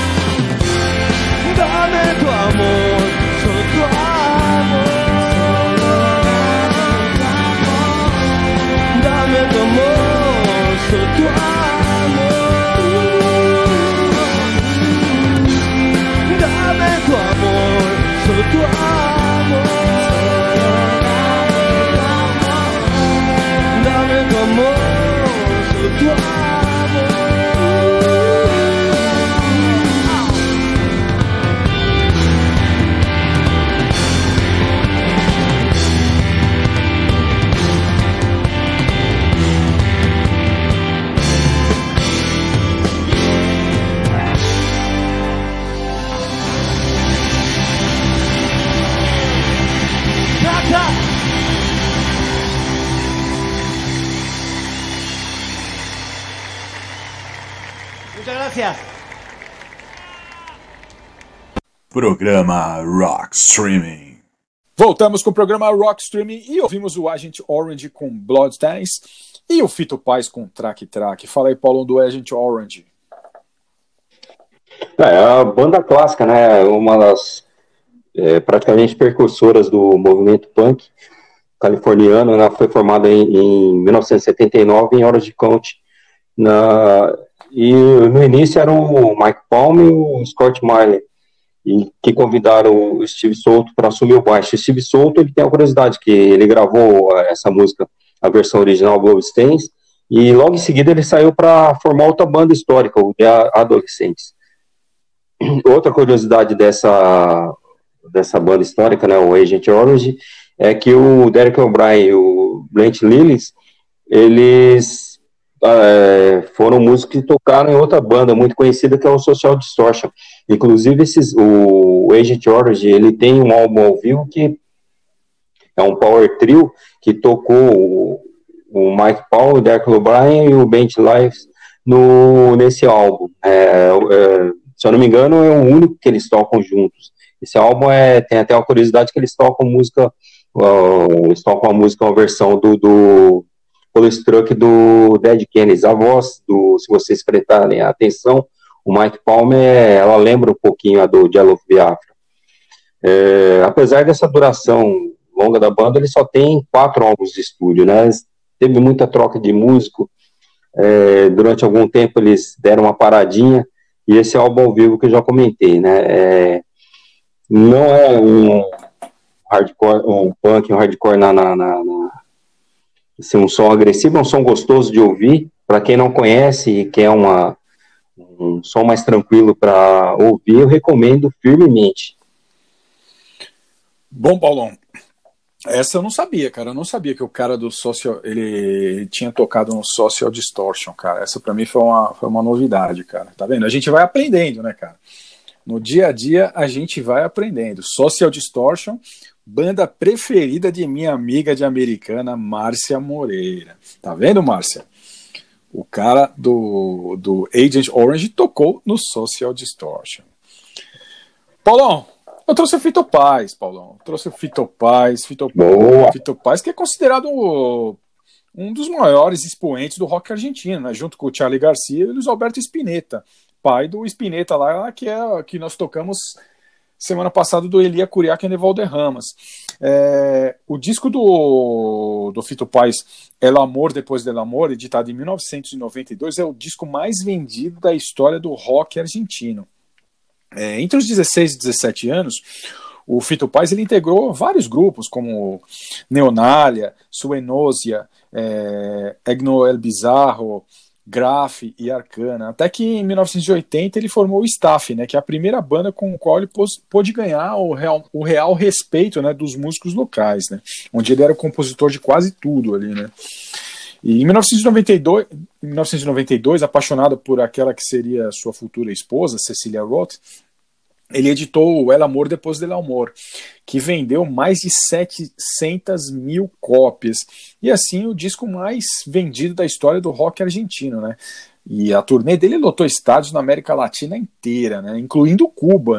Dame tu amor, solo tu amor. Dame tu amor, solo tu amor. Dame tu amor, solo tu amor. Dame tu amor, solo tu amor. Muchas gracias. Programa Rock Streaming. Voltamos com o programa Rock Streaming e ouvimos o Agent Orange com Blood Dance e o Fito Paz com Track Track. Fala aí, Paulo, do Agent Orange. É a banda clássica, né? Uma das praticamente percursoras do movimento punk californiano. Ela foi formada em 1979 em Orange County. E no início eram o Mike Palm e o Scott Miley, e que convidaram o Steve Souto para assumir o baixo. O Steve Souto, ele tem a curiosidade que ele gravou essa música, a versão original Bloodstains, e logo em seguida ele saiu para formar outra banda histórica, o The Adolescents. Outra curiosidade dessa banda histórica, né, o Agent Orange, é que o Derek O'Brien e o Brent Lillis, eles foram músicos que tocaram em outra banda muito conhecida, que é o Social Distortion. Inclusive o Agent Orange, ele tem um álbum ao vivo que é um power trio que tocou o Mike Paul, o Derek O'Brien e o Brent Lillis nesse álbum. Se eu não me engano, é o único que eles tocam juntos. Esse álbum tem até uma curiosidade que eles tocam a música, uma versão do Polystruck do Dead Kennedys. A voz, se vocês prestarem atenção, o Mike Palmer, ela lembra um pouquinho a do Jello of Biafra. Apesar dessa duração longa da banda, ele só tem 4 álbuns de estúdio, né? Teve muita troca de músico, durante algum tempo eles deram uma paradinha, e esse álbum ao vivo que eu já comentei, né? Não é um hardcore, um punk, um hardcore assim, um som agressivo, é um som gostoso de ouvir. Para quem não conhece e quer um som mais tranquilo para ouvir, eu recomendo firmemente. Bom, Paulão, essa eu não sabia, cara. Eu não sabia que o cara do Social, ele tinha tocado no Social Distortion, cara. Essa pra mim foi uma novidade, cara. Tá vendo? A gente vai aprendendo, né, cara? No dia a dia a gente vai aprendendo. Social Distortion, banda preferida de minha amiga de Americana, Márcia Moreira. Tá vendo, Márcia? O cara do Agent Orange tocou no Social Distortion. Paulão, eu trouxe o Fito Paz, Paulão. Trouxe o Fito Paz, que é considerado um dos maiores expoentes do rock argentino, né? Junto com o Charly Garcia e o Luiz Alberto Spinetta, pai do Spinetta lá, que nós tocamos semana passada do Elia Curiaca e de Valderramas. O disco do Fito Paz, El Amor Depois del Amor, editado em 1992, é o disco mais vendido da história do rock argentino. Entre os 16 e 17 anos, o Fito Paz ele integrou vários grupos, como Neonália, Suenosia, Egno El Bizarro, Graf e Arcana, até que em 1980 ele formou o Staff, né, que é a primeira banda com a qual ele pôde ganhar o real respeito, né, dos músicos locais, né, onde ele era o compositor de quase tudo ali, né. E em 1992, apaixonado por aquela que seria sua futura esposa, Cecília Roth, ele editou o El Amor Depois del Amor, que vendeu mais de 700 mil cópias, e assim o disco mais vendido da história do rock argentino, né? E a turnê dele lotou estádios na América Latina inteira, né? Incluindo Cuba,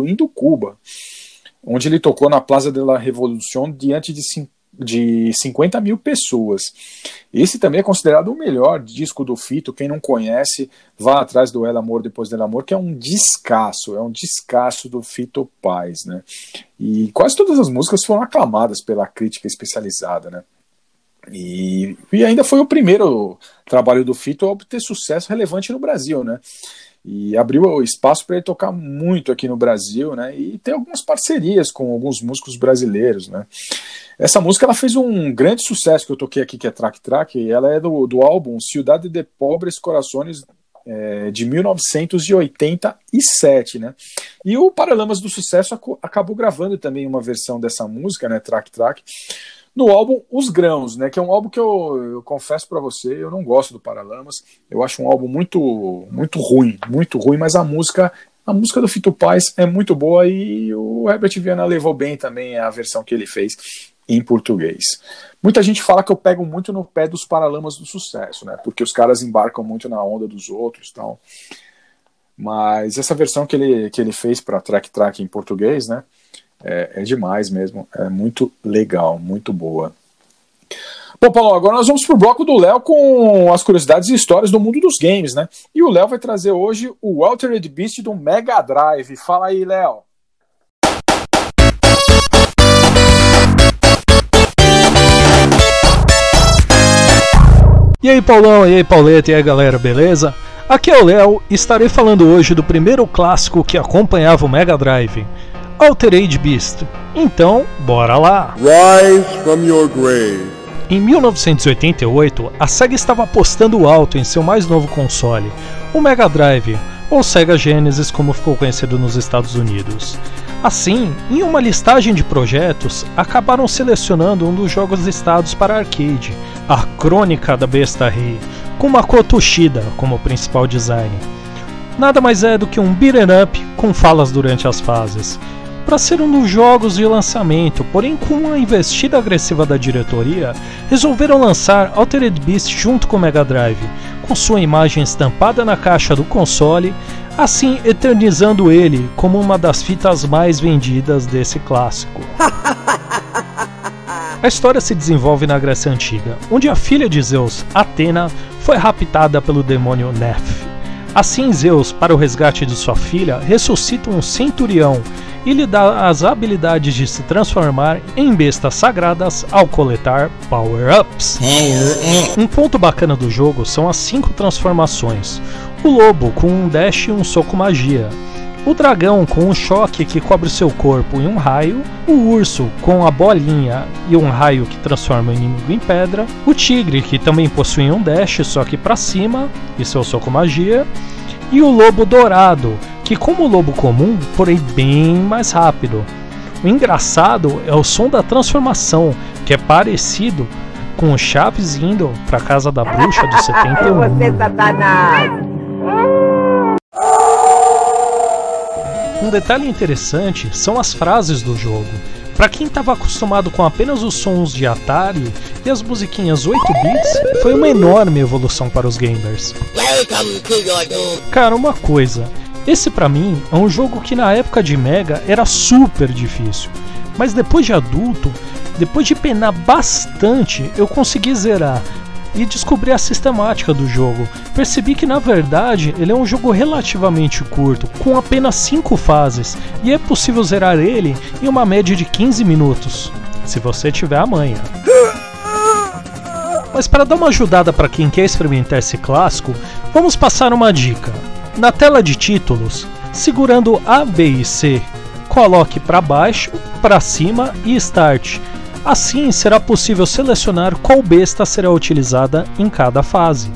onde ele tocou na Plaza de la Revolución diante de 50 mil pessoas. Esse também é considerado o melhor disco do Fito. Quem não conhece, vá atrás do El Amor Depois del Amor, que é um descasso do Fito Paz, né? E quase todas as músicas foram aclamadas pela crítica especializada, né? E ainda foi o primeiro trabalho do Fito a obter sucesso relevante no Brasil, né? E abriu espaço para ele tocar muito aqui no Brasil, né? E ter algumas parcerias com alguns músicos brasileiros, né? Essa música ela fez um grande sucesso que eu toquei aqui, que é Track Track, e ela é do álbum Ciudad de Pobres Corazones, de 1987, né? E o Paralamas do Sucesso acabou gravando também uma versão dessa música, né? Track Track, no álbum Os Grãos, né, que é um álbum que eu confesso pra você, eu não gosto do Paralamas, eu acho um álbum muito ruim, mas a música do Fito Paz é muito boa, e o Herbert Viana levou bem também a versão que ele fez em português. Muita gente fala que eu pego muito no pé dos Paralamas do Sucesso, né, porque os caras embarcam muito na onda dos outros e tal, mas essa versão que ele fez pra Track Track em português, né, é demais mesmo, é muito legal, muito boa. Bom, Paulo, agora nós vamos pro bloco do Léo com as curiosidades e histórias do mundo dos games, né? E o Léo vai trazer hoje o Altered Beast do Mega Drive. Fala aí, Léo. E aí, Paulão, e aí, Pauleta, e aí, galera, beleza? Aqui é o Léo e estarei falando hoje do primeiro clássico que acompanhava o Mega Drive, Altered Beast. Então, bora lá! Rise from your grave. Em 1988, a Sega estava apostando alto em seu mais novo console, o Mega Drive, ou Sega Genesis como ficou conhecido nos Estados Unidos. Assim, em uma listagem de projetos, acabaram selecionando um dos jogos listados para arcade, A Crônica da Besta Rei, com Makoto Shida como principal design. Nada mais é do que um beat'em up com falas durante as fases. Para ser um dos jogos de lançamento, porém com uma investida agressiva da diretoria, resolveram lançar Altered Beast junto com o Mega Drive, com sua imagem estampada na caixa do console, assim eternizando ele como uma das fitas mais vendidas desse clássico. A história se desenvolve na Grécia Antiga, onde a filha de Zeus, Atena, foi raptada pelo demônio Neph. Assim, Zeus, para o resgate de sua filha, ressuscita um centurião e lhe dá as habilidades de se transformar em bestas sagradas ao coletar power-ups. Um ponto bacana do jogo são as 5 transformações: o lobo com um dash e um soco magia, o dragão com um choque que cobre seu corpo e um raio, o urso com a bolinha e um raio que transforma o inimigo em pedra, o tigre que também possui um dash só que para cima e seu soco magia, e o lobo dourado, que como o lobo comum, porém bem mais rápido. O engraçado é o som da transformação, que é parecido com o Chaves indo para a casa da bruxa de 71. Você, Satanás! Um detalhe interessante são as frases do jogo. Para quem estava acostumado com apenas os sons de Atari e as musiquinhas 8 bits, foi uma enorme evolução para os gamers. Cara, uma coisa, esse pra mim é um jogo que na época de Mega era super difícil, mas depois de adulto, depois de penar bastante, eu consegui zerar e descobri a sistemática do jogo. Percebi que na verdade ele é um jogo relativamente curto, com apenas 5 fases, e é possível zerar ele em uma média de 15 minutos, se você tiver a manha. Mas para dar uma ajudada para quem quer experimentar esse clássico, vamos passar uma dica. Na tela de títulos, segurando A, B e C, coloque para baixo, para cima e Start. Assim será possível selecionar qual besta será utilizada em cada fase.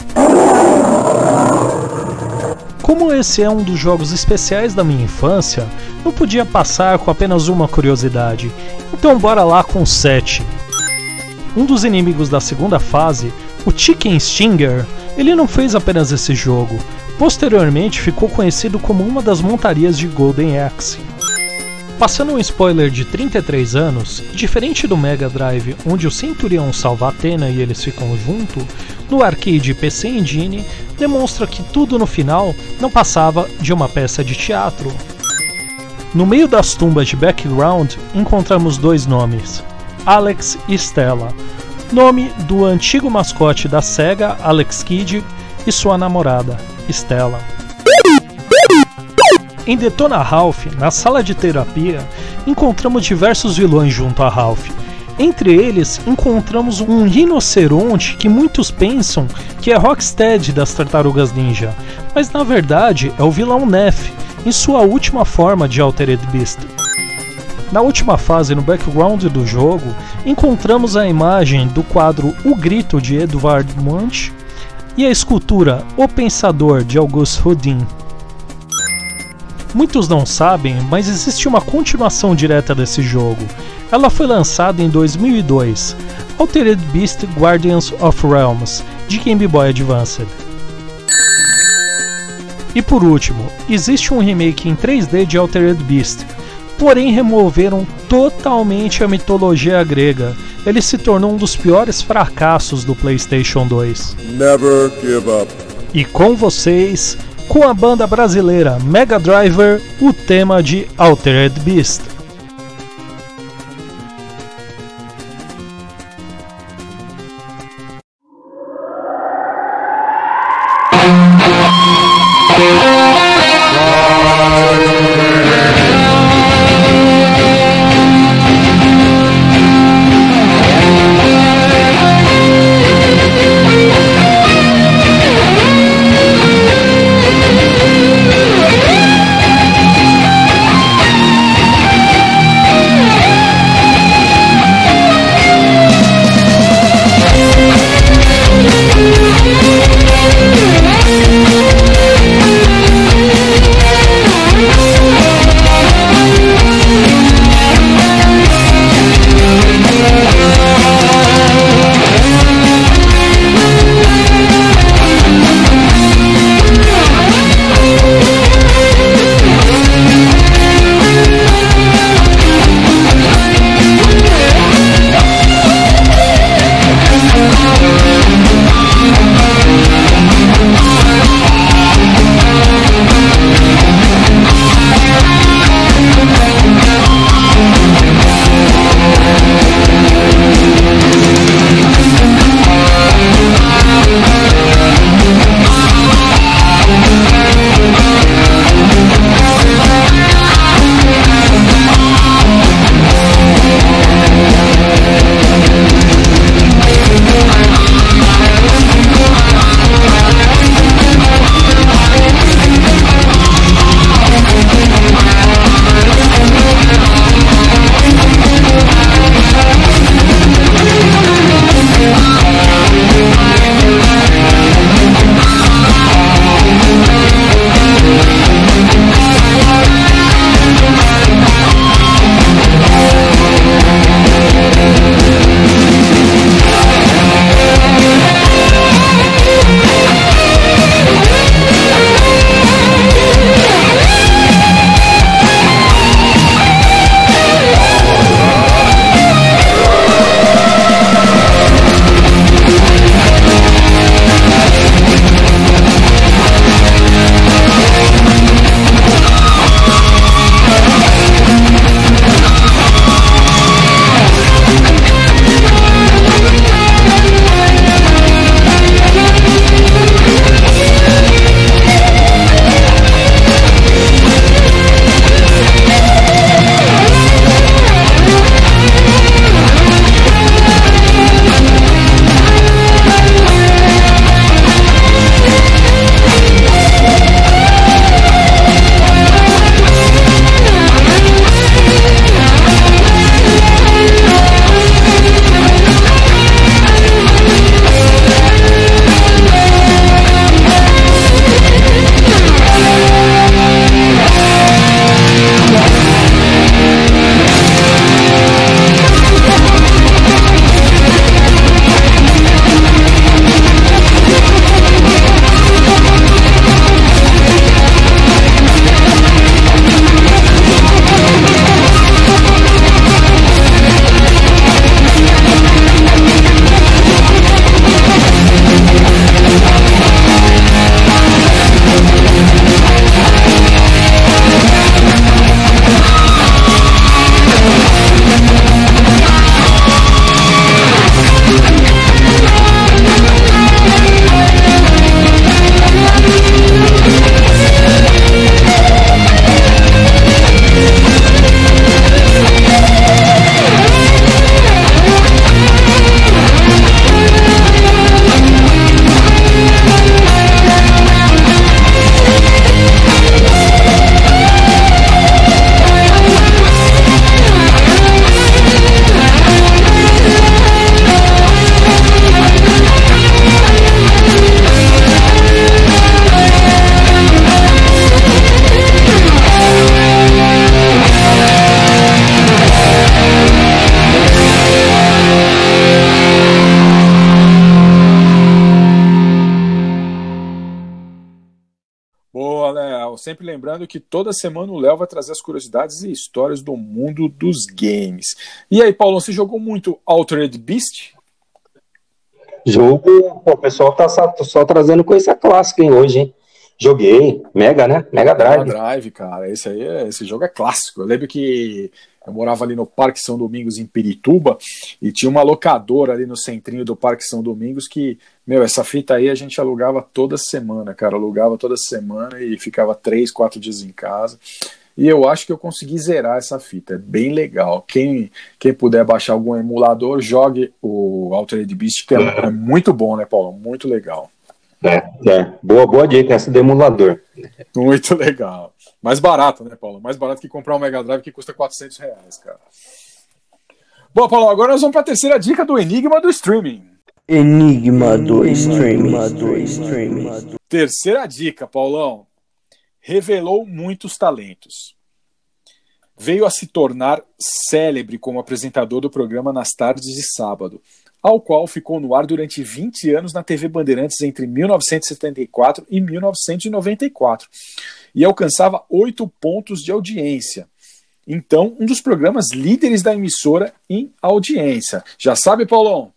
Como esse é um dos jogos especiais da minha infância, não podia passar com apenas uma curiosidade, então bora lá com 7. Um dos inimigos da segunda fase, o Chicken Stinger, ele não fez apenas esse jogo, posteriormente ficou conhecido como uma das montarias de Golden Axe. Passando um spoiler de 33 anos, diferente do Mega Drive, onde o Centurião salva a Atena e eles ficam junto, no arcade PC Engine demonstra que tudo no final não passava de uma peça de teatro. No meio das tumbas de background encontramos 2 nomes, Alex e Stella, nome do antigo mascote da Sega, Alex Kidd, e sua namorada, Stella. Em Detona Ralph, na sala de terapia, encontramos diversos vilões junto a Ralph. Entre eles, encontramos um rinoceronte que muitos pensam que é Rocksteady das Tartarugas Ninja, mas na verdade é o vilão Neph, em sua última forma de Altered Beast. Na última fase, no background do jogo, encontramos a imagem do quadro O Grito de Edvard Munch e a escultura O Pensador de August Rodin. Muitos não sabem, mas existe uma continuação direta desse jogo. Ela foi lançada em 2002, Altered Beast Guardians of Realms, de Game Boy Advance. E por último, existe um remake em 3D de Altered Beast, porém removeram totalmente a mitologia grega. Ele se tornou um dos piores fracassos do PlayStation 2. Never give up. E com vocês, com a banda brasileira Mega Driver, o tema de Altered Beast. sempre lembrando que toda semana o Léo vai trazer as curiosidades e histórias do mundo dos games. E aí, Paulão, você jogou muito Altered Beast? Jogo, pô, o pessoal tá só trazendo coisa clássica, hein, hoje, hein? Joguei, Mega, né? Mega Drive. Mega Drive, cara, esse jogo é clássico. Eu lembro que eu morava ali no Parque São Domingos, em Pirituba, e tinha uma locadora ali no centrinho do Parque São Domingos que, essa fita aí a gente alugava toda semana, cara, alugava toda semana e ficava 3, 4 dias em casa. E eu acho que eu consegui zerar essa fita, é bem legal. Quem puder baixar algum emulador, jogue o Altered Beast, que é muito bom, né, Paulo? Muito legal. Boa dica essa do emulador. Muito legal. Mais barato, né, Paulo? Mais barato que comprar um Mega Drive que custa R$400, cara. Bom, Paulo, agora nós vamos para a terceira dica do Enigma do Streaming. Enigma do Streaming. Terceira dica, Paulão. Revelou muitos talentos. Veio a se tornar célebre como apresentador do programa nas tardes de sábado, ao qual ficou no ar durante 20 anos na TV Bandeirantes entre 1974 e 1994, e alcançava 8 pontos de audiência. Então, um dos programas líderes da emissora em audiência. Já sabe, Paulão?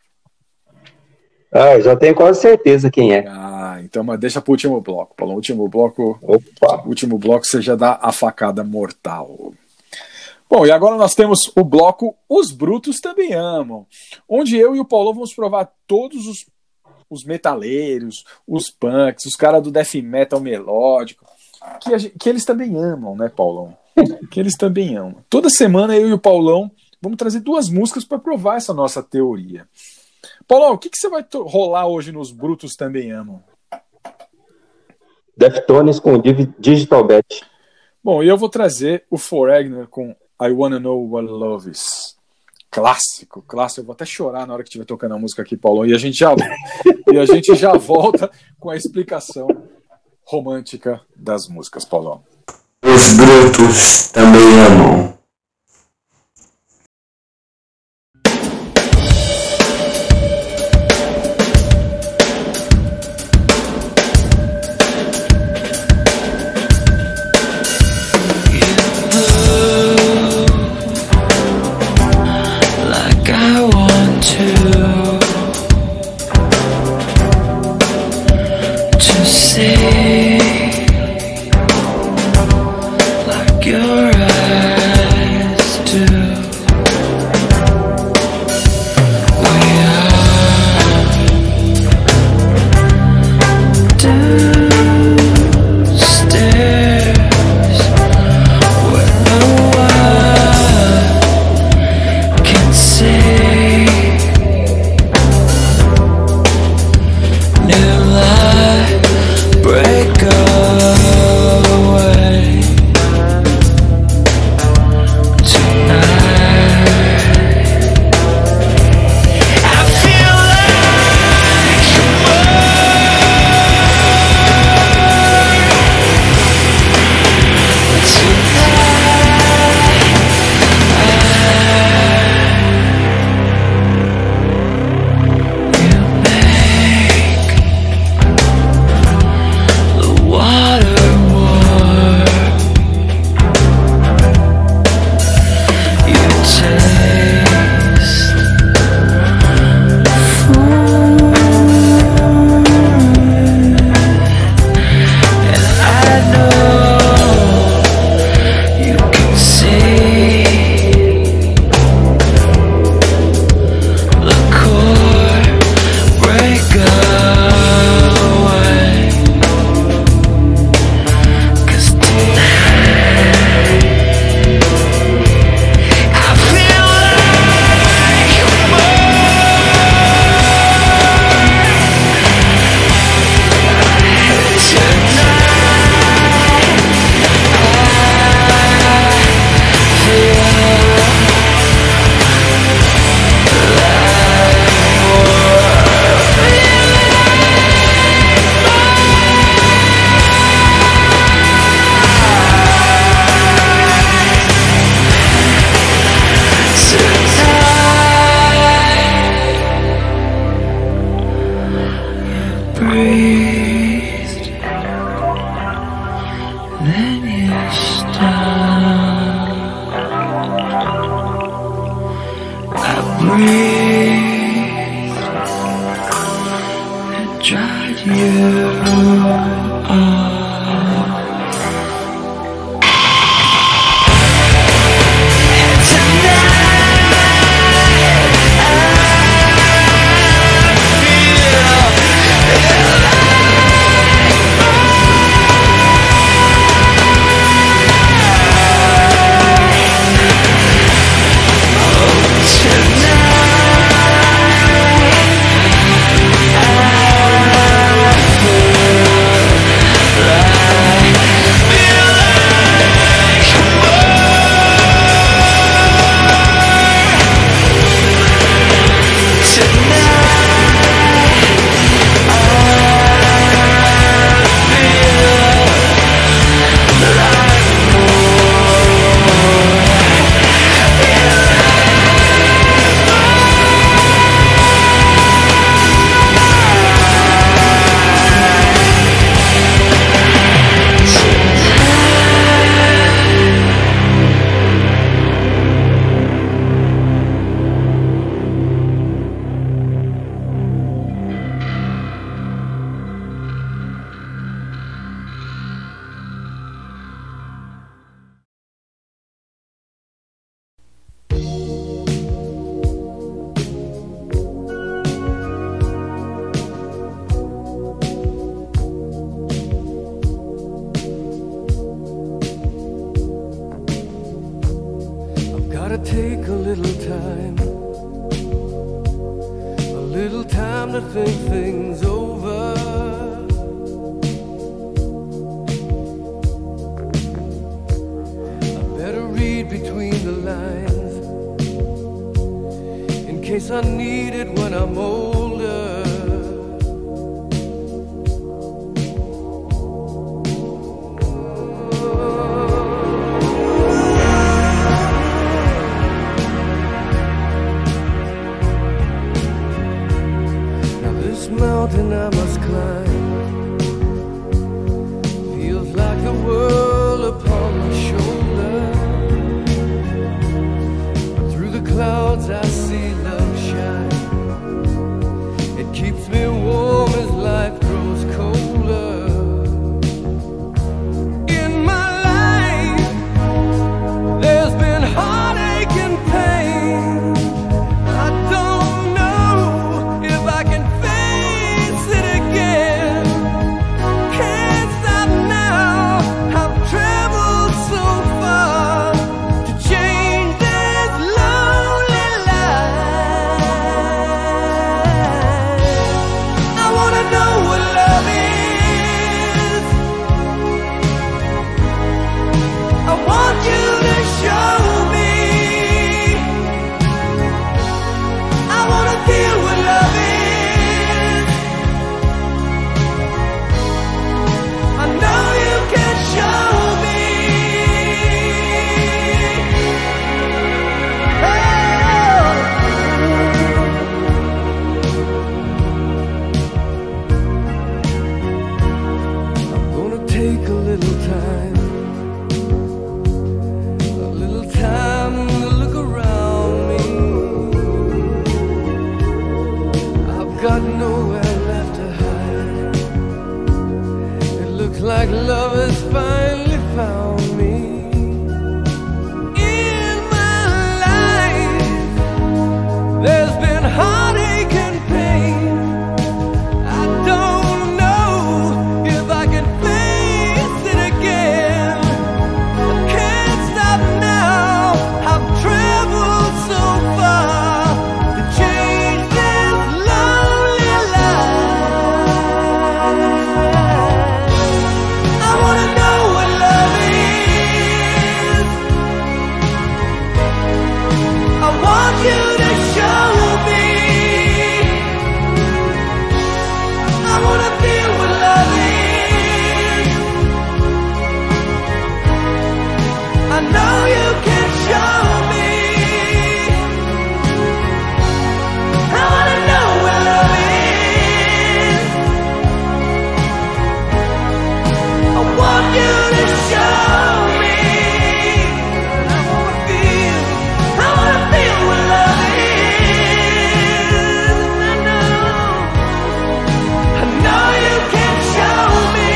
Eu já tenho quase certeza quem é. Então, mas deixa pro último bloco, Paulão. Último bloco você já dá a facada mortal. Bom, e agora nós temos o bloco Os Brutos Também Amam, onde eu e o Paulão vamos provar todos os metaleiros, os punks, os caras do death metal melódico, que eles também amam, né, Paulão? Que eles também amam. Toda semana eu e o Paulão vamos trazer 2 músicas para provar essa nossa teoria. Paulão, o que você vai rolar hoje nos Brutos Também Amam? Deftones com Digital Bet. Bom, e eu vou trazer o Foreigner com I Wanna Know What Love Is. Clássico. Eu vou até chorar na hora que estiver tocando a música aqui, Paulão. E a gente já volta com a explicação romântica das músicas, Paulão. Os Brutos Também Amam. Like your eyes little time to think things over. I better read between the lines in case I need it when I'm older. Mountain I must climb feels like the world upon my shoulder. Through the clouds I see love shine. It keeps me warm as life grows colder. In my life there's been heartache and pain. I don't know if I can like love has finally found me. In my life there's been heartache and pain. I don't know if I can face it again. I can't stop now. I've traveled so far to change this lonely life. I wanna know what love is. I want you to show me. I wanna feel what love is. I know you can show me. I wanna know what love is. I want you to show me. I wanna feel what love is. I know you can show me.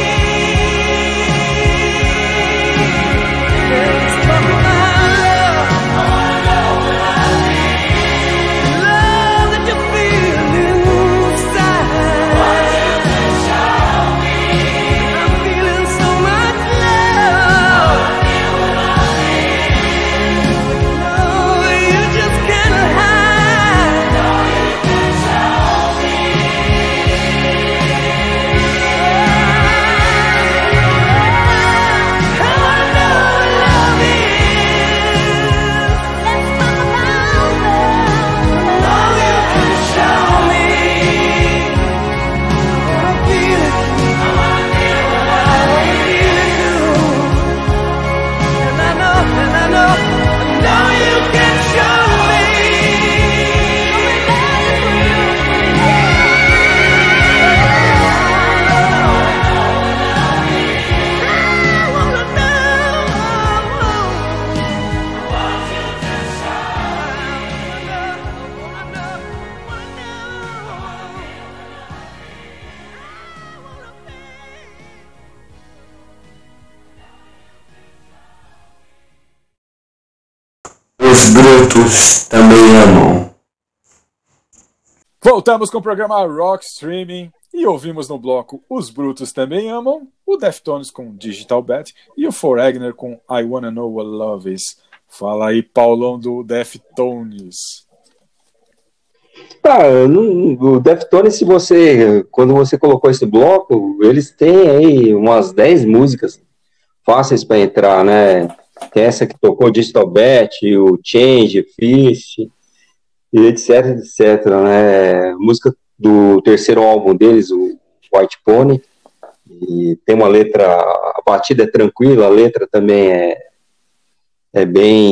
Let's talk about love. I wanna know what love is. Love that you feel inside. Want you to show me. I'm feeling so much love. Feel what love is. Oh, you just can't hide. Know you can show me. I wanna know what love is. Let's talk about love. Know you can show me. I feel it. I wanna feel what love is. I feel it too. And I know you can show me. Os brutos também amam. Voltamos com o programa Rock Streaming e ouvimos no bloco Os Brutos Também Amam, o Deftones com Digital Bat e o Foreigner com I Wanna Know What Love Is. Fala aí, Paulão do Deftones. O Deftones, quando você colocou esse bloco, eles têm aí umas 10 músicas fáceis para entrar, né? Tem essa que tocou, Distal Bet, o Change, Fish, e etc, né? Música do terceiro álbum deles, o White Pony, e tem uma letra, a batida é tranquila, a letra também é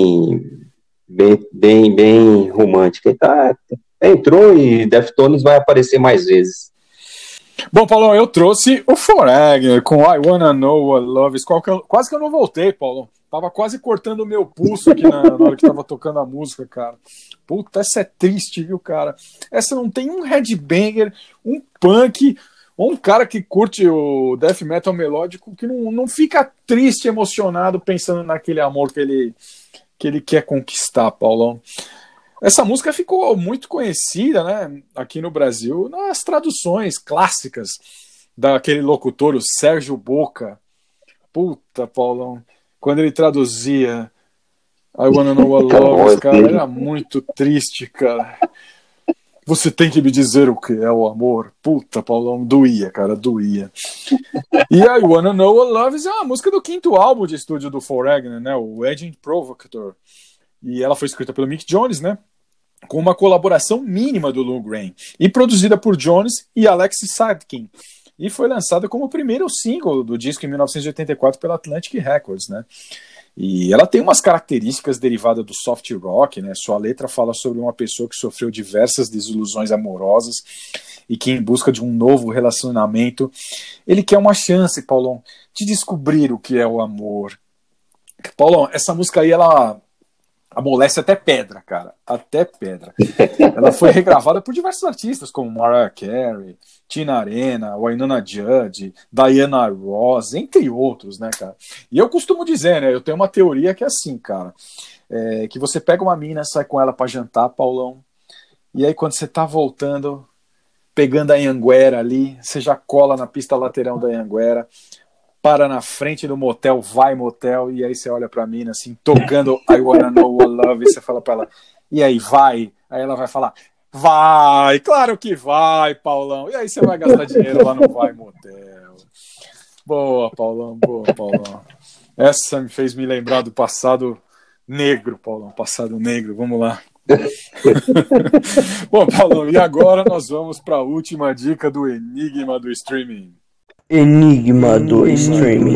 bem romântica. Então, entrou e Deftones vai aparecer mais vezes. Bom, Paulão, eu trouxe o Foreigner com I Wanna Know What Love Is. Quase que eu não voltei, Paulão. Tava quase cortando o meu pulso aqui na hora que tava tocando a música, cara. Puta, essa é triste, viu, cara? Essa não tem um headbanger, um punk, ou um cara que curte o death metal melódico que não fica triste, emocionado, pensando naquele amor que ele quer conquistar, Paulão. Essa música ficou muito conhecida, né, aqui no Brasil, nas traduções clássicas daquele locutor, o Sérgio Boca. Puta, Paulão, quando ele traduzia I Wanna Know What Love Is, cara, era muito triste, cara. Você tem que me dizer o que é o amor. Puta, Paulão, doía, cara, doía. E I Wanna Know What Love Is é uma música do 5º álbum de estúdio do Foreigner, né, o Agent Provocateur. E ela foi escrita pelo Mick Jones, né? Com uma colaboração mínima do Lou Gramm. E produzida por Jones e Alex Sadkin. E foi lançada como o primeiro single do disco em 1984 pela Atlantic Records, né? E ela tem umas características derivadas do soft rock, né? Sua letra fala sobre uma pessoa que sofreu diversas desilusões amorosas e que, em busca de um novo relacionamento, ele quer uma chance, Paulão, de descobrir o que é o amor. Paulão, essa música aí, ela amolece até pedra, cara. Até pedra. Ela foi regravada por diversos artistas, como Mariah Carey, Tina Arena, Wynonna Judd, Diana Ross, entre outros, né, cara? E eu costumo dizer, né, eu tenho uma teoria que é assim, cara, que você pega uma mina, sai com ela pra jantar, Paulão, e aí quando você tá voltando, pegando a Anhanguera ali, você já cola na pista lateral da Anhanguera, para na frente do motel, vai motel, e aí você olha pra mina assim, tocando I Wanna Know What Love, e você fala pra ela, e aí, vai? Aí ela vai falar, vai, claro que vai, Paulão. E aí você vai gastar dinheiro lá no Vai Motel. Boa, Paulão, boa, Paulão. Essa me fez me lembrar do passado negro, Paulão, passado negro, vamos lá. Bom, Paulão, e agora nós vamos para a última dica do Enigma do Streaming. Enigma do Streaming.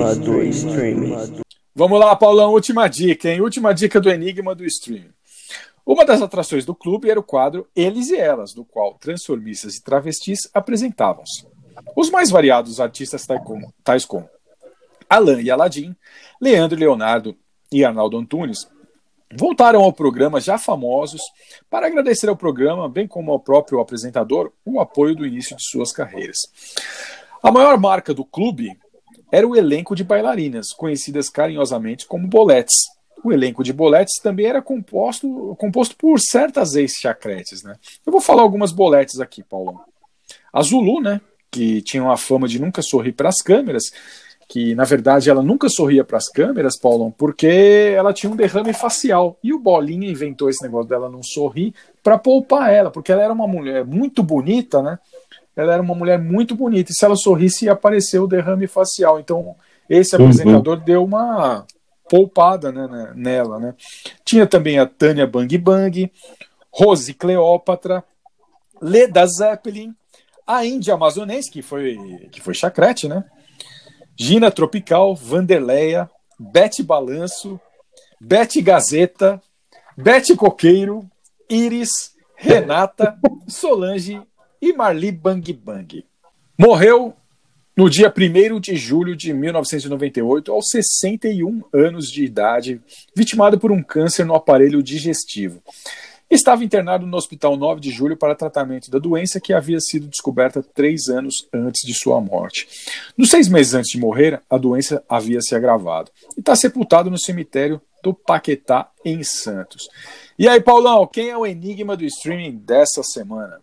Vamos lá, Paulão, última dica, hein? Última dica do Enigma do Streaming. Uma das atrações do clube era o quadro Eles e Elas, no qual transformistas e travestis apresentavam-se. Os mais variados artistas tais como Alan e Aladim, Leandro e Leonardo e Arnaldo Antunes, voltaram ao programa já famosos para agradecer ao programa, bem como ao próprio apresentador, o apoio do início de suas carreiras. A maior marca do clube era o elenco de bailarinas, conhecidas carinhosamente como boletes. O elenco de boletes também era composto por certas ex-chacretes, né? Eu vou falar algumas boletes aqui, Paulão. A Zulu, né? Que tinha a fama de nunca sorrir para as câmeras, que na verdade ela nunca sorria para as câmeras, Paulão, porque ela tinha um derrame facial. E o Bolinha inventou esse negócio dela não sorrir para poupar ela, porque ela era uma mulher muito bonita, né? Ela era uma mulher muito bonita, e se ela sorrisse ia aparecer o derrame facial. Então esse apresentador deu uma poupada, né, nela, né? Tinha também a Tânia Bang Bang, Rose Cleópatra, Leda Zeppelin, a Índia Amazonense, que foi chacrete, né? Gina Tropical, Vanderleia, Bete Balanço, Bete Gazeta, Bete Coqueiro, Iris, Renata, Solange e Marli Bang Bang. Morreu no dia 1º de julho de 1998, aos 61 anos de idade, vitimado por um câncer no aparelho digestivo. Estava internado no Hospital 9 de Julho para tratamento da doença que havia sido descoberta 3 anos antes de sua morte. Nos 6 meses antes de morrer, a doença havia se agravado. E está sepultado no cemitério do Paquetá, em Santos. E aí, Paulão, quem é o enigma do streaming dessa semana?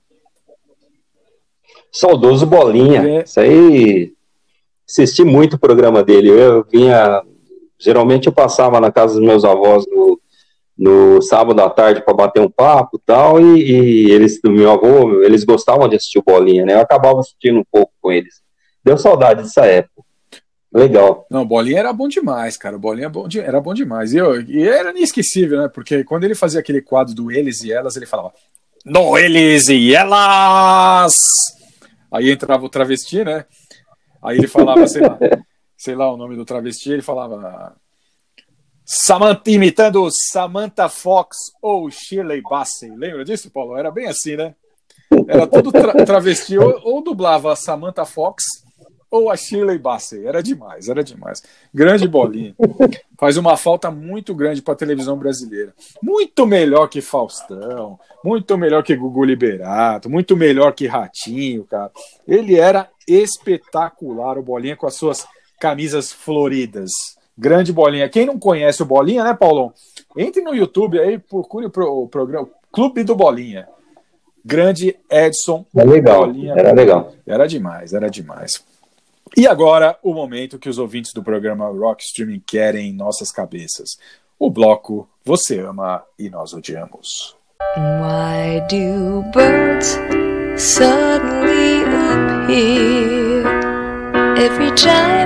Saudoso Bolinha. Isso aí, assisti muito o programa dele. Geralmente eu passava na casa dos meus avós no sábado à tarde para bater um papo e tal, e eles, do meu avô, eles gostavam de assistir o Bolinha, né? Eu acabava assistindo um pouco com eles. Deu saudade dessa época. Legal. Não, Bolinha era bom demais, cara. Bolinha era bom demais. E era inesquecível, né? Porque quando ele fazia aquele quadro do Eles e Elas, ele falava: No Eles e Elas! Aí entrava o travesti, né? Aí ele falava, sei lá o nome do travesti, ele falava Samantha, imitando Samantha Fox ou Shirley Bassey. Lembra disso, Paulo? Era bem assim, né? Era tudo travesti, ou dublava a Samantha Fox ou a Shirley Bassey. Era demais, era demais. Grande Bolinha. Faz uma falta muito grande para a televisão brasileira. Muito melhor que Faustão, muito melhor que Gugu Liberato, muito melhor que Ratinho, cara. Ele era espetacular, o Bolinha, com as suas camisas floridas. Grande Bolinha. Quem não conhece o Bolinha, né, Paulão? Entre no YouTube aí, procure o programa Clube do Bolinha. Grande Edson. É legal, Bolinha. era legal. Era demais, era demais. E agora, o momento que os ouvintes do programa Rock Streaming querem em nossas cabeças. O bloco Você Ama e Nós Odiamos. Why do birds suddenly appear every time?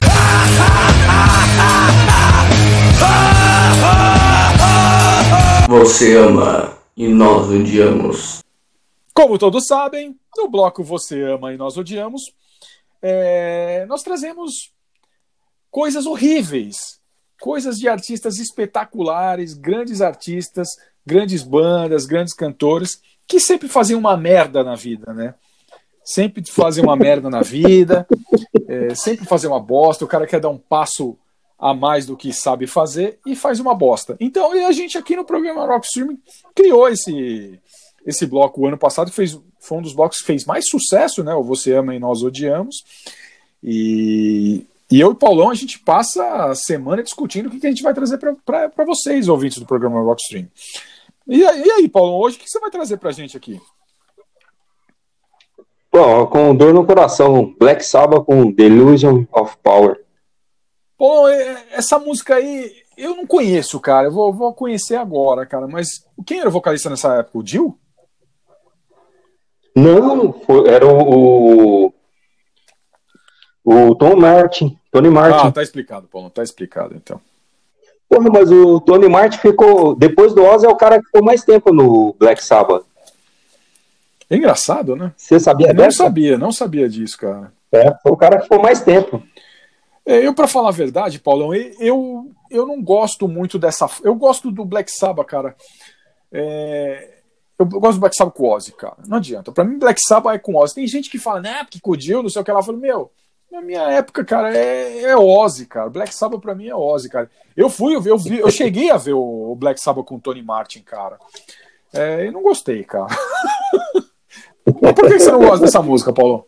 Você ama e nós odiamos. Como todos sabem, no bloco Você Ama e Nós Odiamos, nós trazemos coisas horríveis, coisas de artistas espetaculares, grandes artistas, grandes bandas, grandes cantores, que sempre fazem uma merda na vida, né? Sempre fazem uma merda na vida, sempre fazem uma bosta, o cara quer dar um passo a mais do que sabe fazer e faz uma bosta. Então, a gente aqui no programa Rock Streaming criou esse bloco o ano passado, foi um dos blocos que fez mais sucesso, né? O Você Ama e Nós Odiamos. E eu e o Paulão, a gente passa a semana discutindo o que a gente vai trazer para vocês, ouvintes do programa Rock Streaming. E aí, Paulão, hoje o que você vai trazer pra gente aqui? Bom, com dor no coração, Black Sabbath com Delusion of Power. Paulão, essa música aí eu não conheço, cara. Eu vou conhecer agora, cara. Mas quem era o vocalista nessa época? O Dio? Não, era o Tony Martin. Ah, tá explicado, Paulo. Tá explicado, então. Porra, mas o Tony Martin ficou... Depois do Ozzy, é o cara que ficou mais tempo no Black Sabbath. É engraçado, né? Você sabia dessa? Não sabia disso, cara. Foi o cara que ficou mais tempo. Pra falar a verdade, Paulão, eu não gosto muito dessa... Eu gosto do Black Sabbath, cara. Eu gosto do Black Sabbath com o Ozzy, cara. Não adianta. Pra mim, Black Sabbath é com o Ozzy. Tem gente que fala, né, porque com o Dio, não sei o que lá. Eu falo, na minha época, cara, é Ozzy, cara. Black Sabbath pra mim é Ozzy, cara. Eu cheguei a ver o Black Sabbath com o Tony Martin, cara. Eu não gostei, cara. Mas por que você não gosta dessa música, Paulo?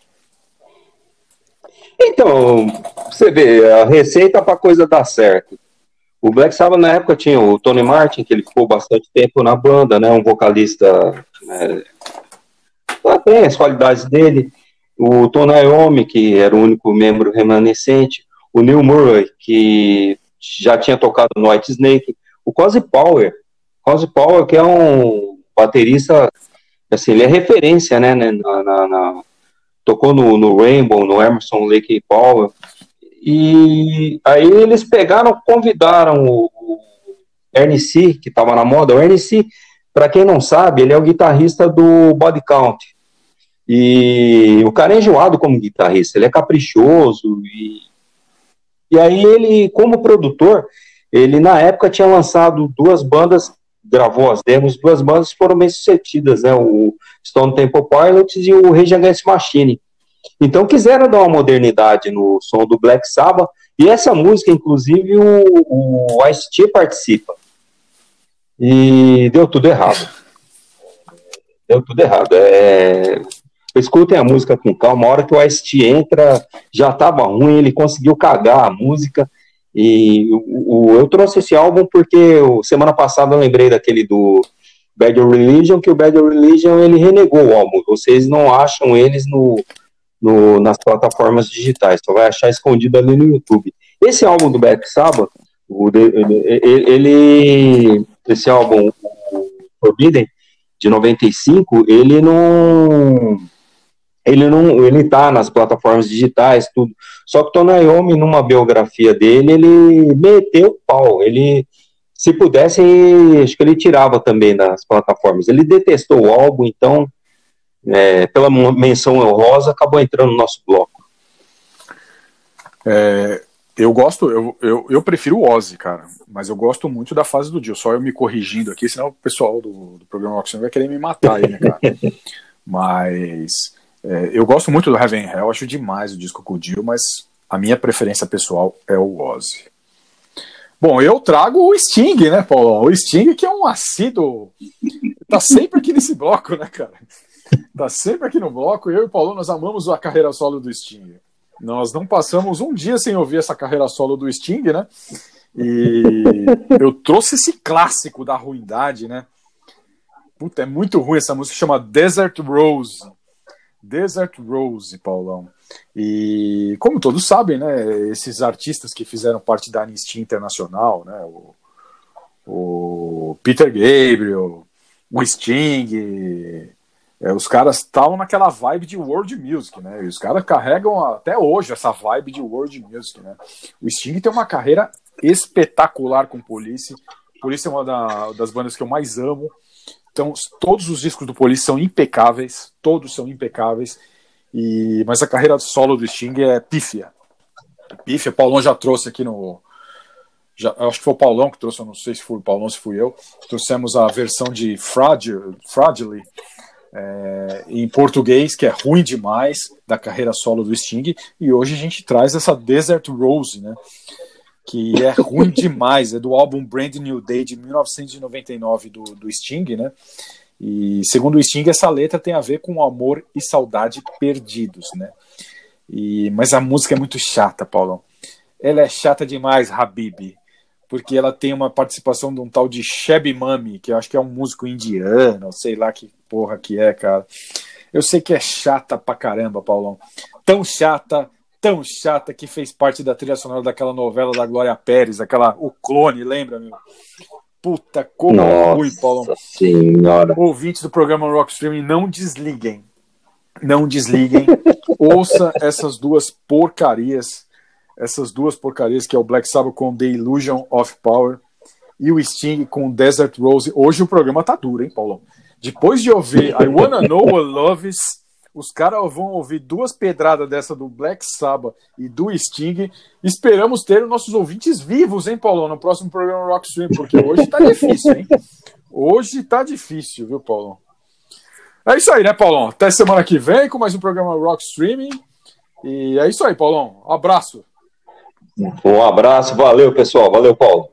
Então, você vê, a receita pra coisa dar certo. O Black Sabbath na época tinha o Tony Martin, que ele ficou bastante tempo na banda, né? Um vocalista, né, tem as qualidades dele. O Tony Iommi, que era o único membro remanescente. O Neil Murray, que já tinha tocado no White Snake. O Cozy Power, que é um baterista, assim, ele é referência, né? Tocou no Rainbow, no Emerson, Lake e Palmer. E aí eles convidaram o Ernie C, que estava na moda. O Ernie C, para quem não sabe, ele é o guitarrista do Body Count. E o cara é enjoado como guitarrista, ele é caprichoso. E aí ele, como produtor, ele na época tinha lançado 2 bandas, gravou as demos, 2 bandas foram bem sucedidas, né? O Stone Temple Pilots e o Rage Against the Machine. Então quiseram dar uma modernidade no som do Black Sabbath, e essa música, inclusive, o Ice-T participa. E deu tudo errado. Escutem a música com calma, a hora que o Ice-T entra, já estava ruim, ele conseguiu cagar a música, e eu trouxe esse álbum porque semana passada eu lembrei daquele do Bad Religion, que o Bad Religion, ele renegou o álbum, vocês não acham eles nas plataformas digitais, só vai achar escondido ali no YouTube. Esse álbum do Black Sabbath, ele esse álbum, o Forbidden, de 95, ele tá nas plataformas digitais, tudo. Só que o Tony Iommi, numa biografia dele, ele meteu o pau. Ele, se pudesse, acho que ele tirava também das plataformas. Ele detestou o álbum, então, pela menção honrosa, acabou entrando no nosso bloco. Eu prefiro o Ozzy, cara, mas eu gosto muito da fase do Dio. Só eu me corrigindo aqui, senão o pessoal do programa Rock vai querer me matar aí, né, cara? Mas eu gosto muito do Heaven and Hell, acho demais o disco com o Dio, mas a minha preferência pessoal é o Ozzy. Bom, eu trago o Sting, né, Paulão? O Sting, que é um assíduo, tá sempre aqui nesse bloco, né, cara? Tá sempre aqui no bloco. Eu e o Paulão, nós amamos a carreira solo do Sting. Nós não passamos um dia sem ouvir essa carreira solo do Sting, né? E eu trouxe esse clássico da ruindade, né? Puta, é muito ruim essa música, chama Desert Rose. Desert Rose, Paulão. E como todos sabem, né? Esses artistas que fizeram parte da Anistia Internacional, né? O Peter Gabriel, o Sting... os caras estavam naquela vibe de world music, né? E os caras carregam até hoje essa vibe de world music, né? O Sting tem uma carreira espetacular com Police. Police é uma das bandas que eu mais amo. Então, todos os discos do Police são impecáveis. Todos são impecáveis. Mas a carreira solo do Sting é pífia. Pífia. Paulão já trouxe aqui no... acho que foi o Paulão que trouxe, eu não sei se foi o Paulão, se fui eu. Trouxemos a versão de Fragile, em português, que é ruim demais, da carreira solo do Sting, e hoje a gente traz essa Desert Rose, né, que é ruim demais, é do álbum Brand New Day de 1999 do Sting, né, e segundo o Sting essa letra tem a ver com amor e saudade perdidos, né, mas a música é muito chata, Paulão, ela é chata demais, Habib, porque ela tem uma participação de um tal de Sheb Mami, que eu acho que é um músico indiano, sei lá que porra que é, cara. Eu sei que é chata pra caramba, Paulão. Tão chata que fez parte da trilha sonora daquela novela da Glória Pérez, O Clone, lembra, meu? Puta, como é ruim, Paulão. Senhora. Ouvintes do programa Rock Streaming, não desliguem. Não desliguem. Ouça essas duas porcarias, que é o Black Sabbath com The Illusion of Power e o Sting com Desert Rose. Hoje o programa tá duro, hein, Paulão? Depois de ouvir I Wanna Know What Love Is, os caras vão ouvir duas pedradas dessa do Black Sabbath e do Sting. Esperamos ter os nossos ouvintes vivos, hein, Paulão, no próximo programa Rock Stream, porque hoje tá difícil, hein? Hoje tá difícil, viu, Paulão? É isso aí, né, Paulão? Até semana que vem com mais um programa Rock Streaming. E é isso aí, Paulão. Um abraço. Um abraço, valeu, pessoal. Valeu, Paulo.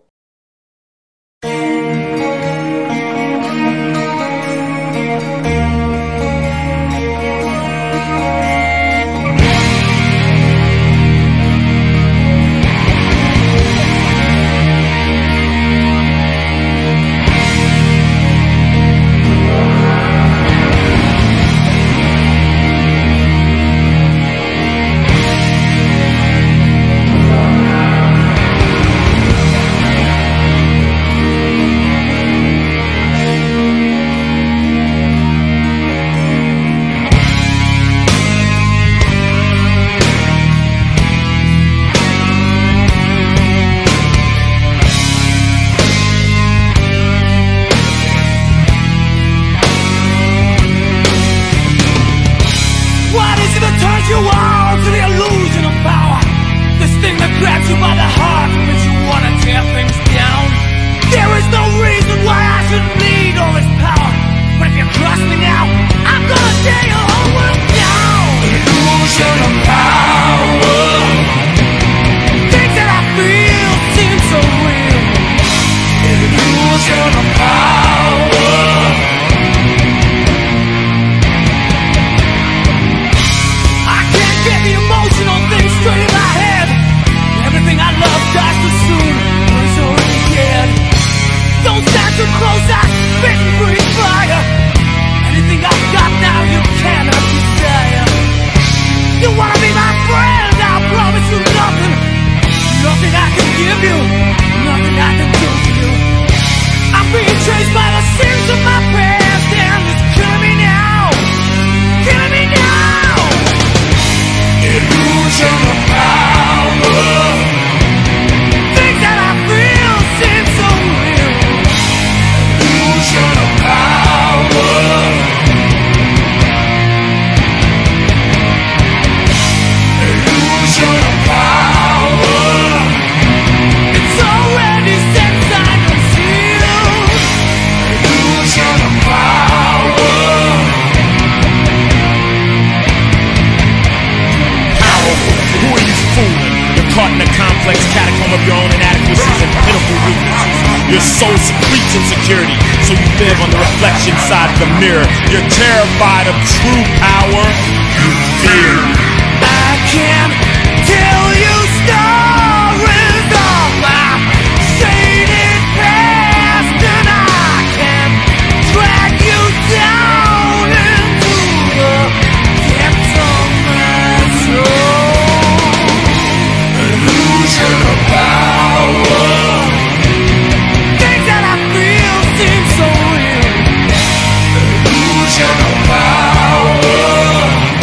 complex catacomb of your own inadequacies and pitiful weaknesses. Your soul secretes insecurity, so you live on the reflection side of the mirror. You're terrified of true power, you fear. I can tell you stories of my shaded past, and I can drag you down into the depths of my soul. Illusion of power. Things that I feel seem so real. Illusion of power.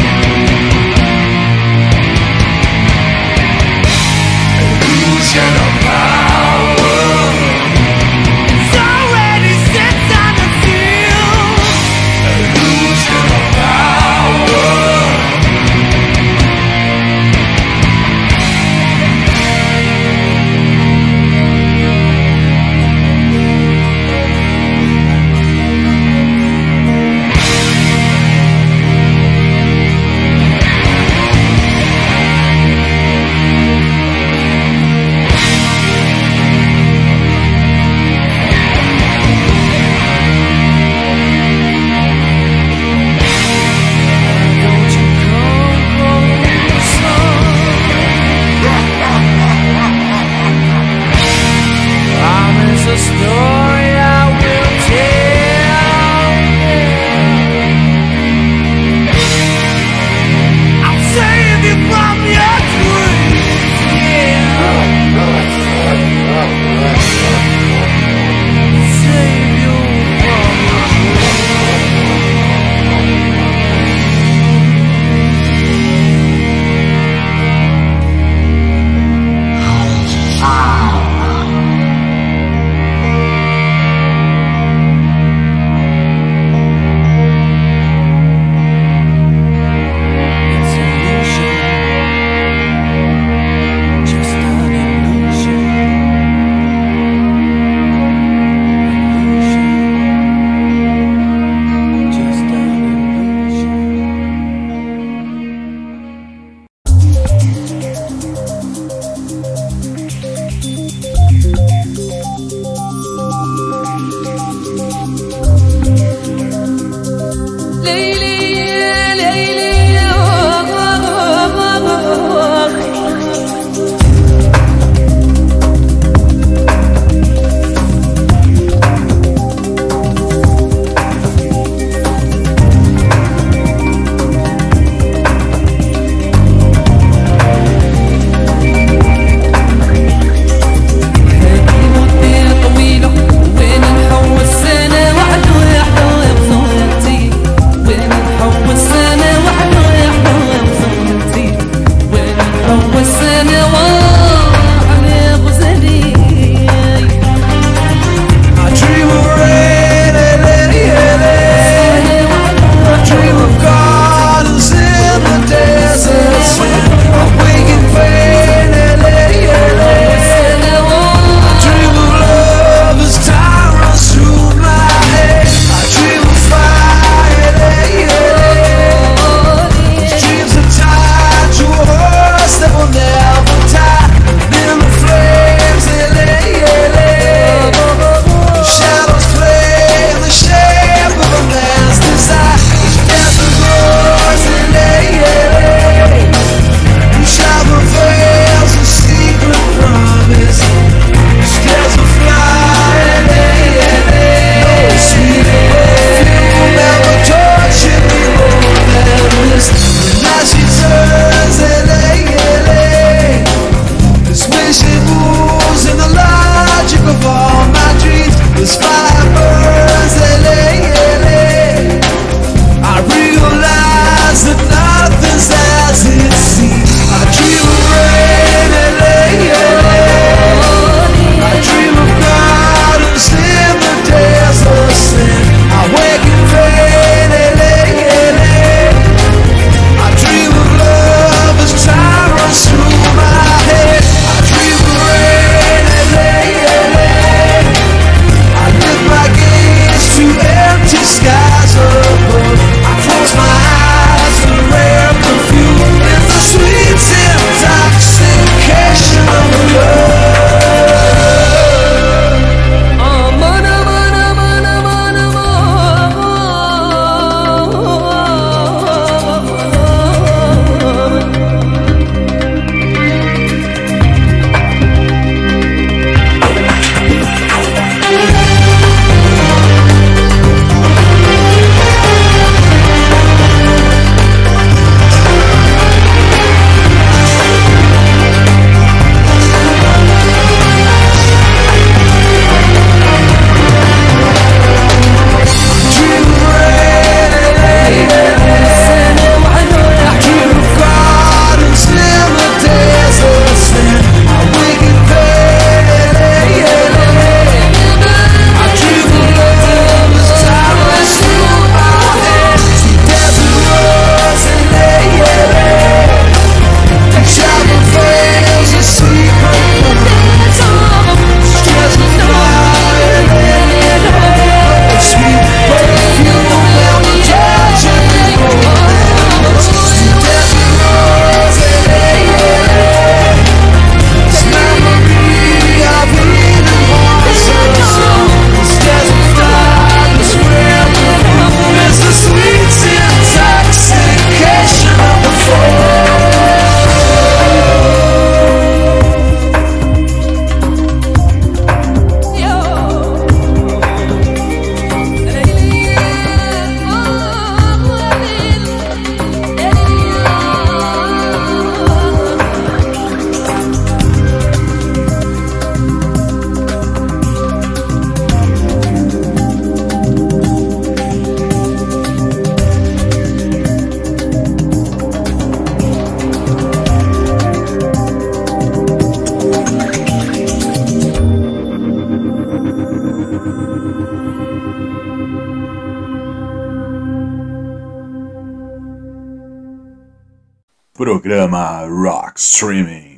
Programa Rock Streaming.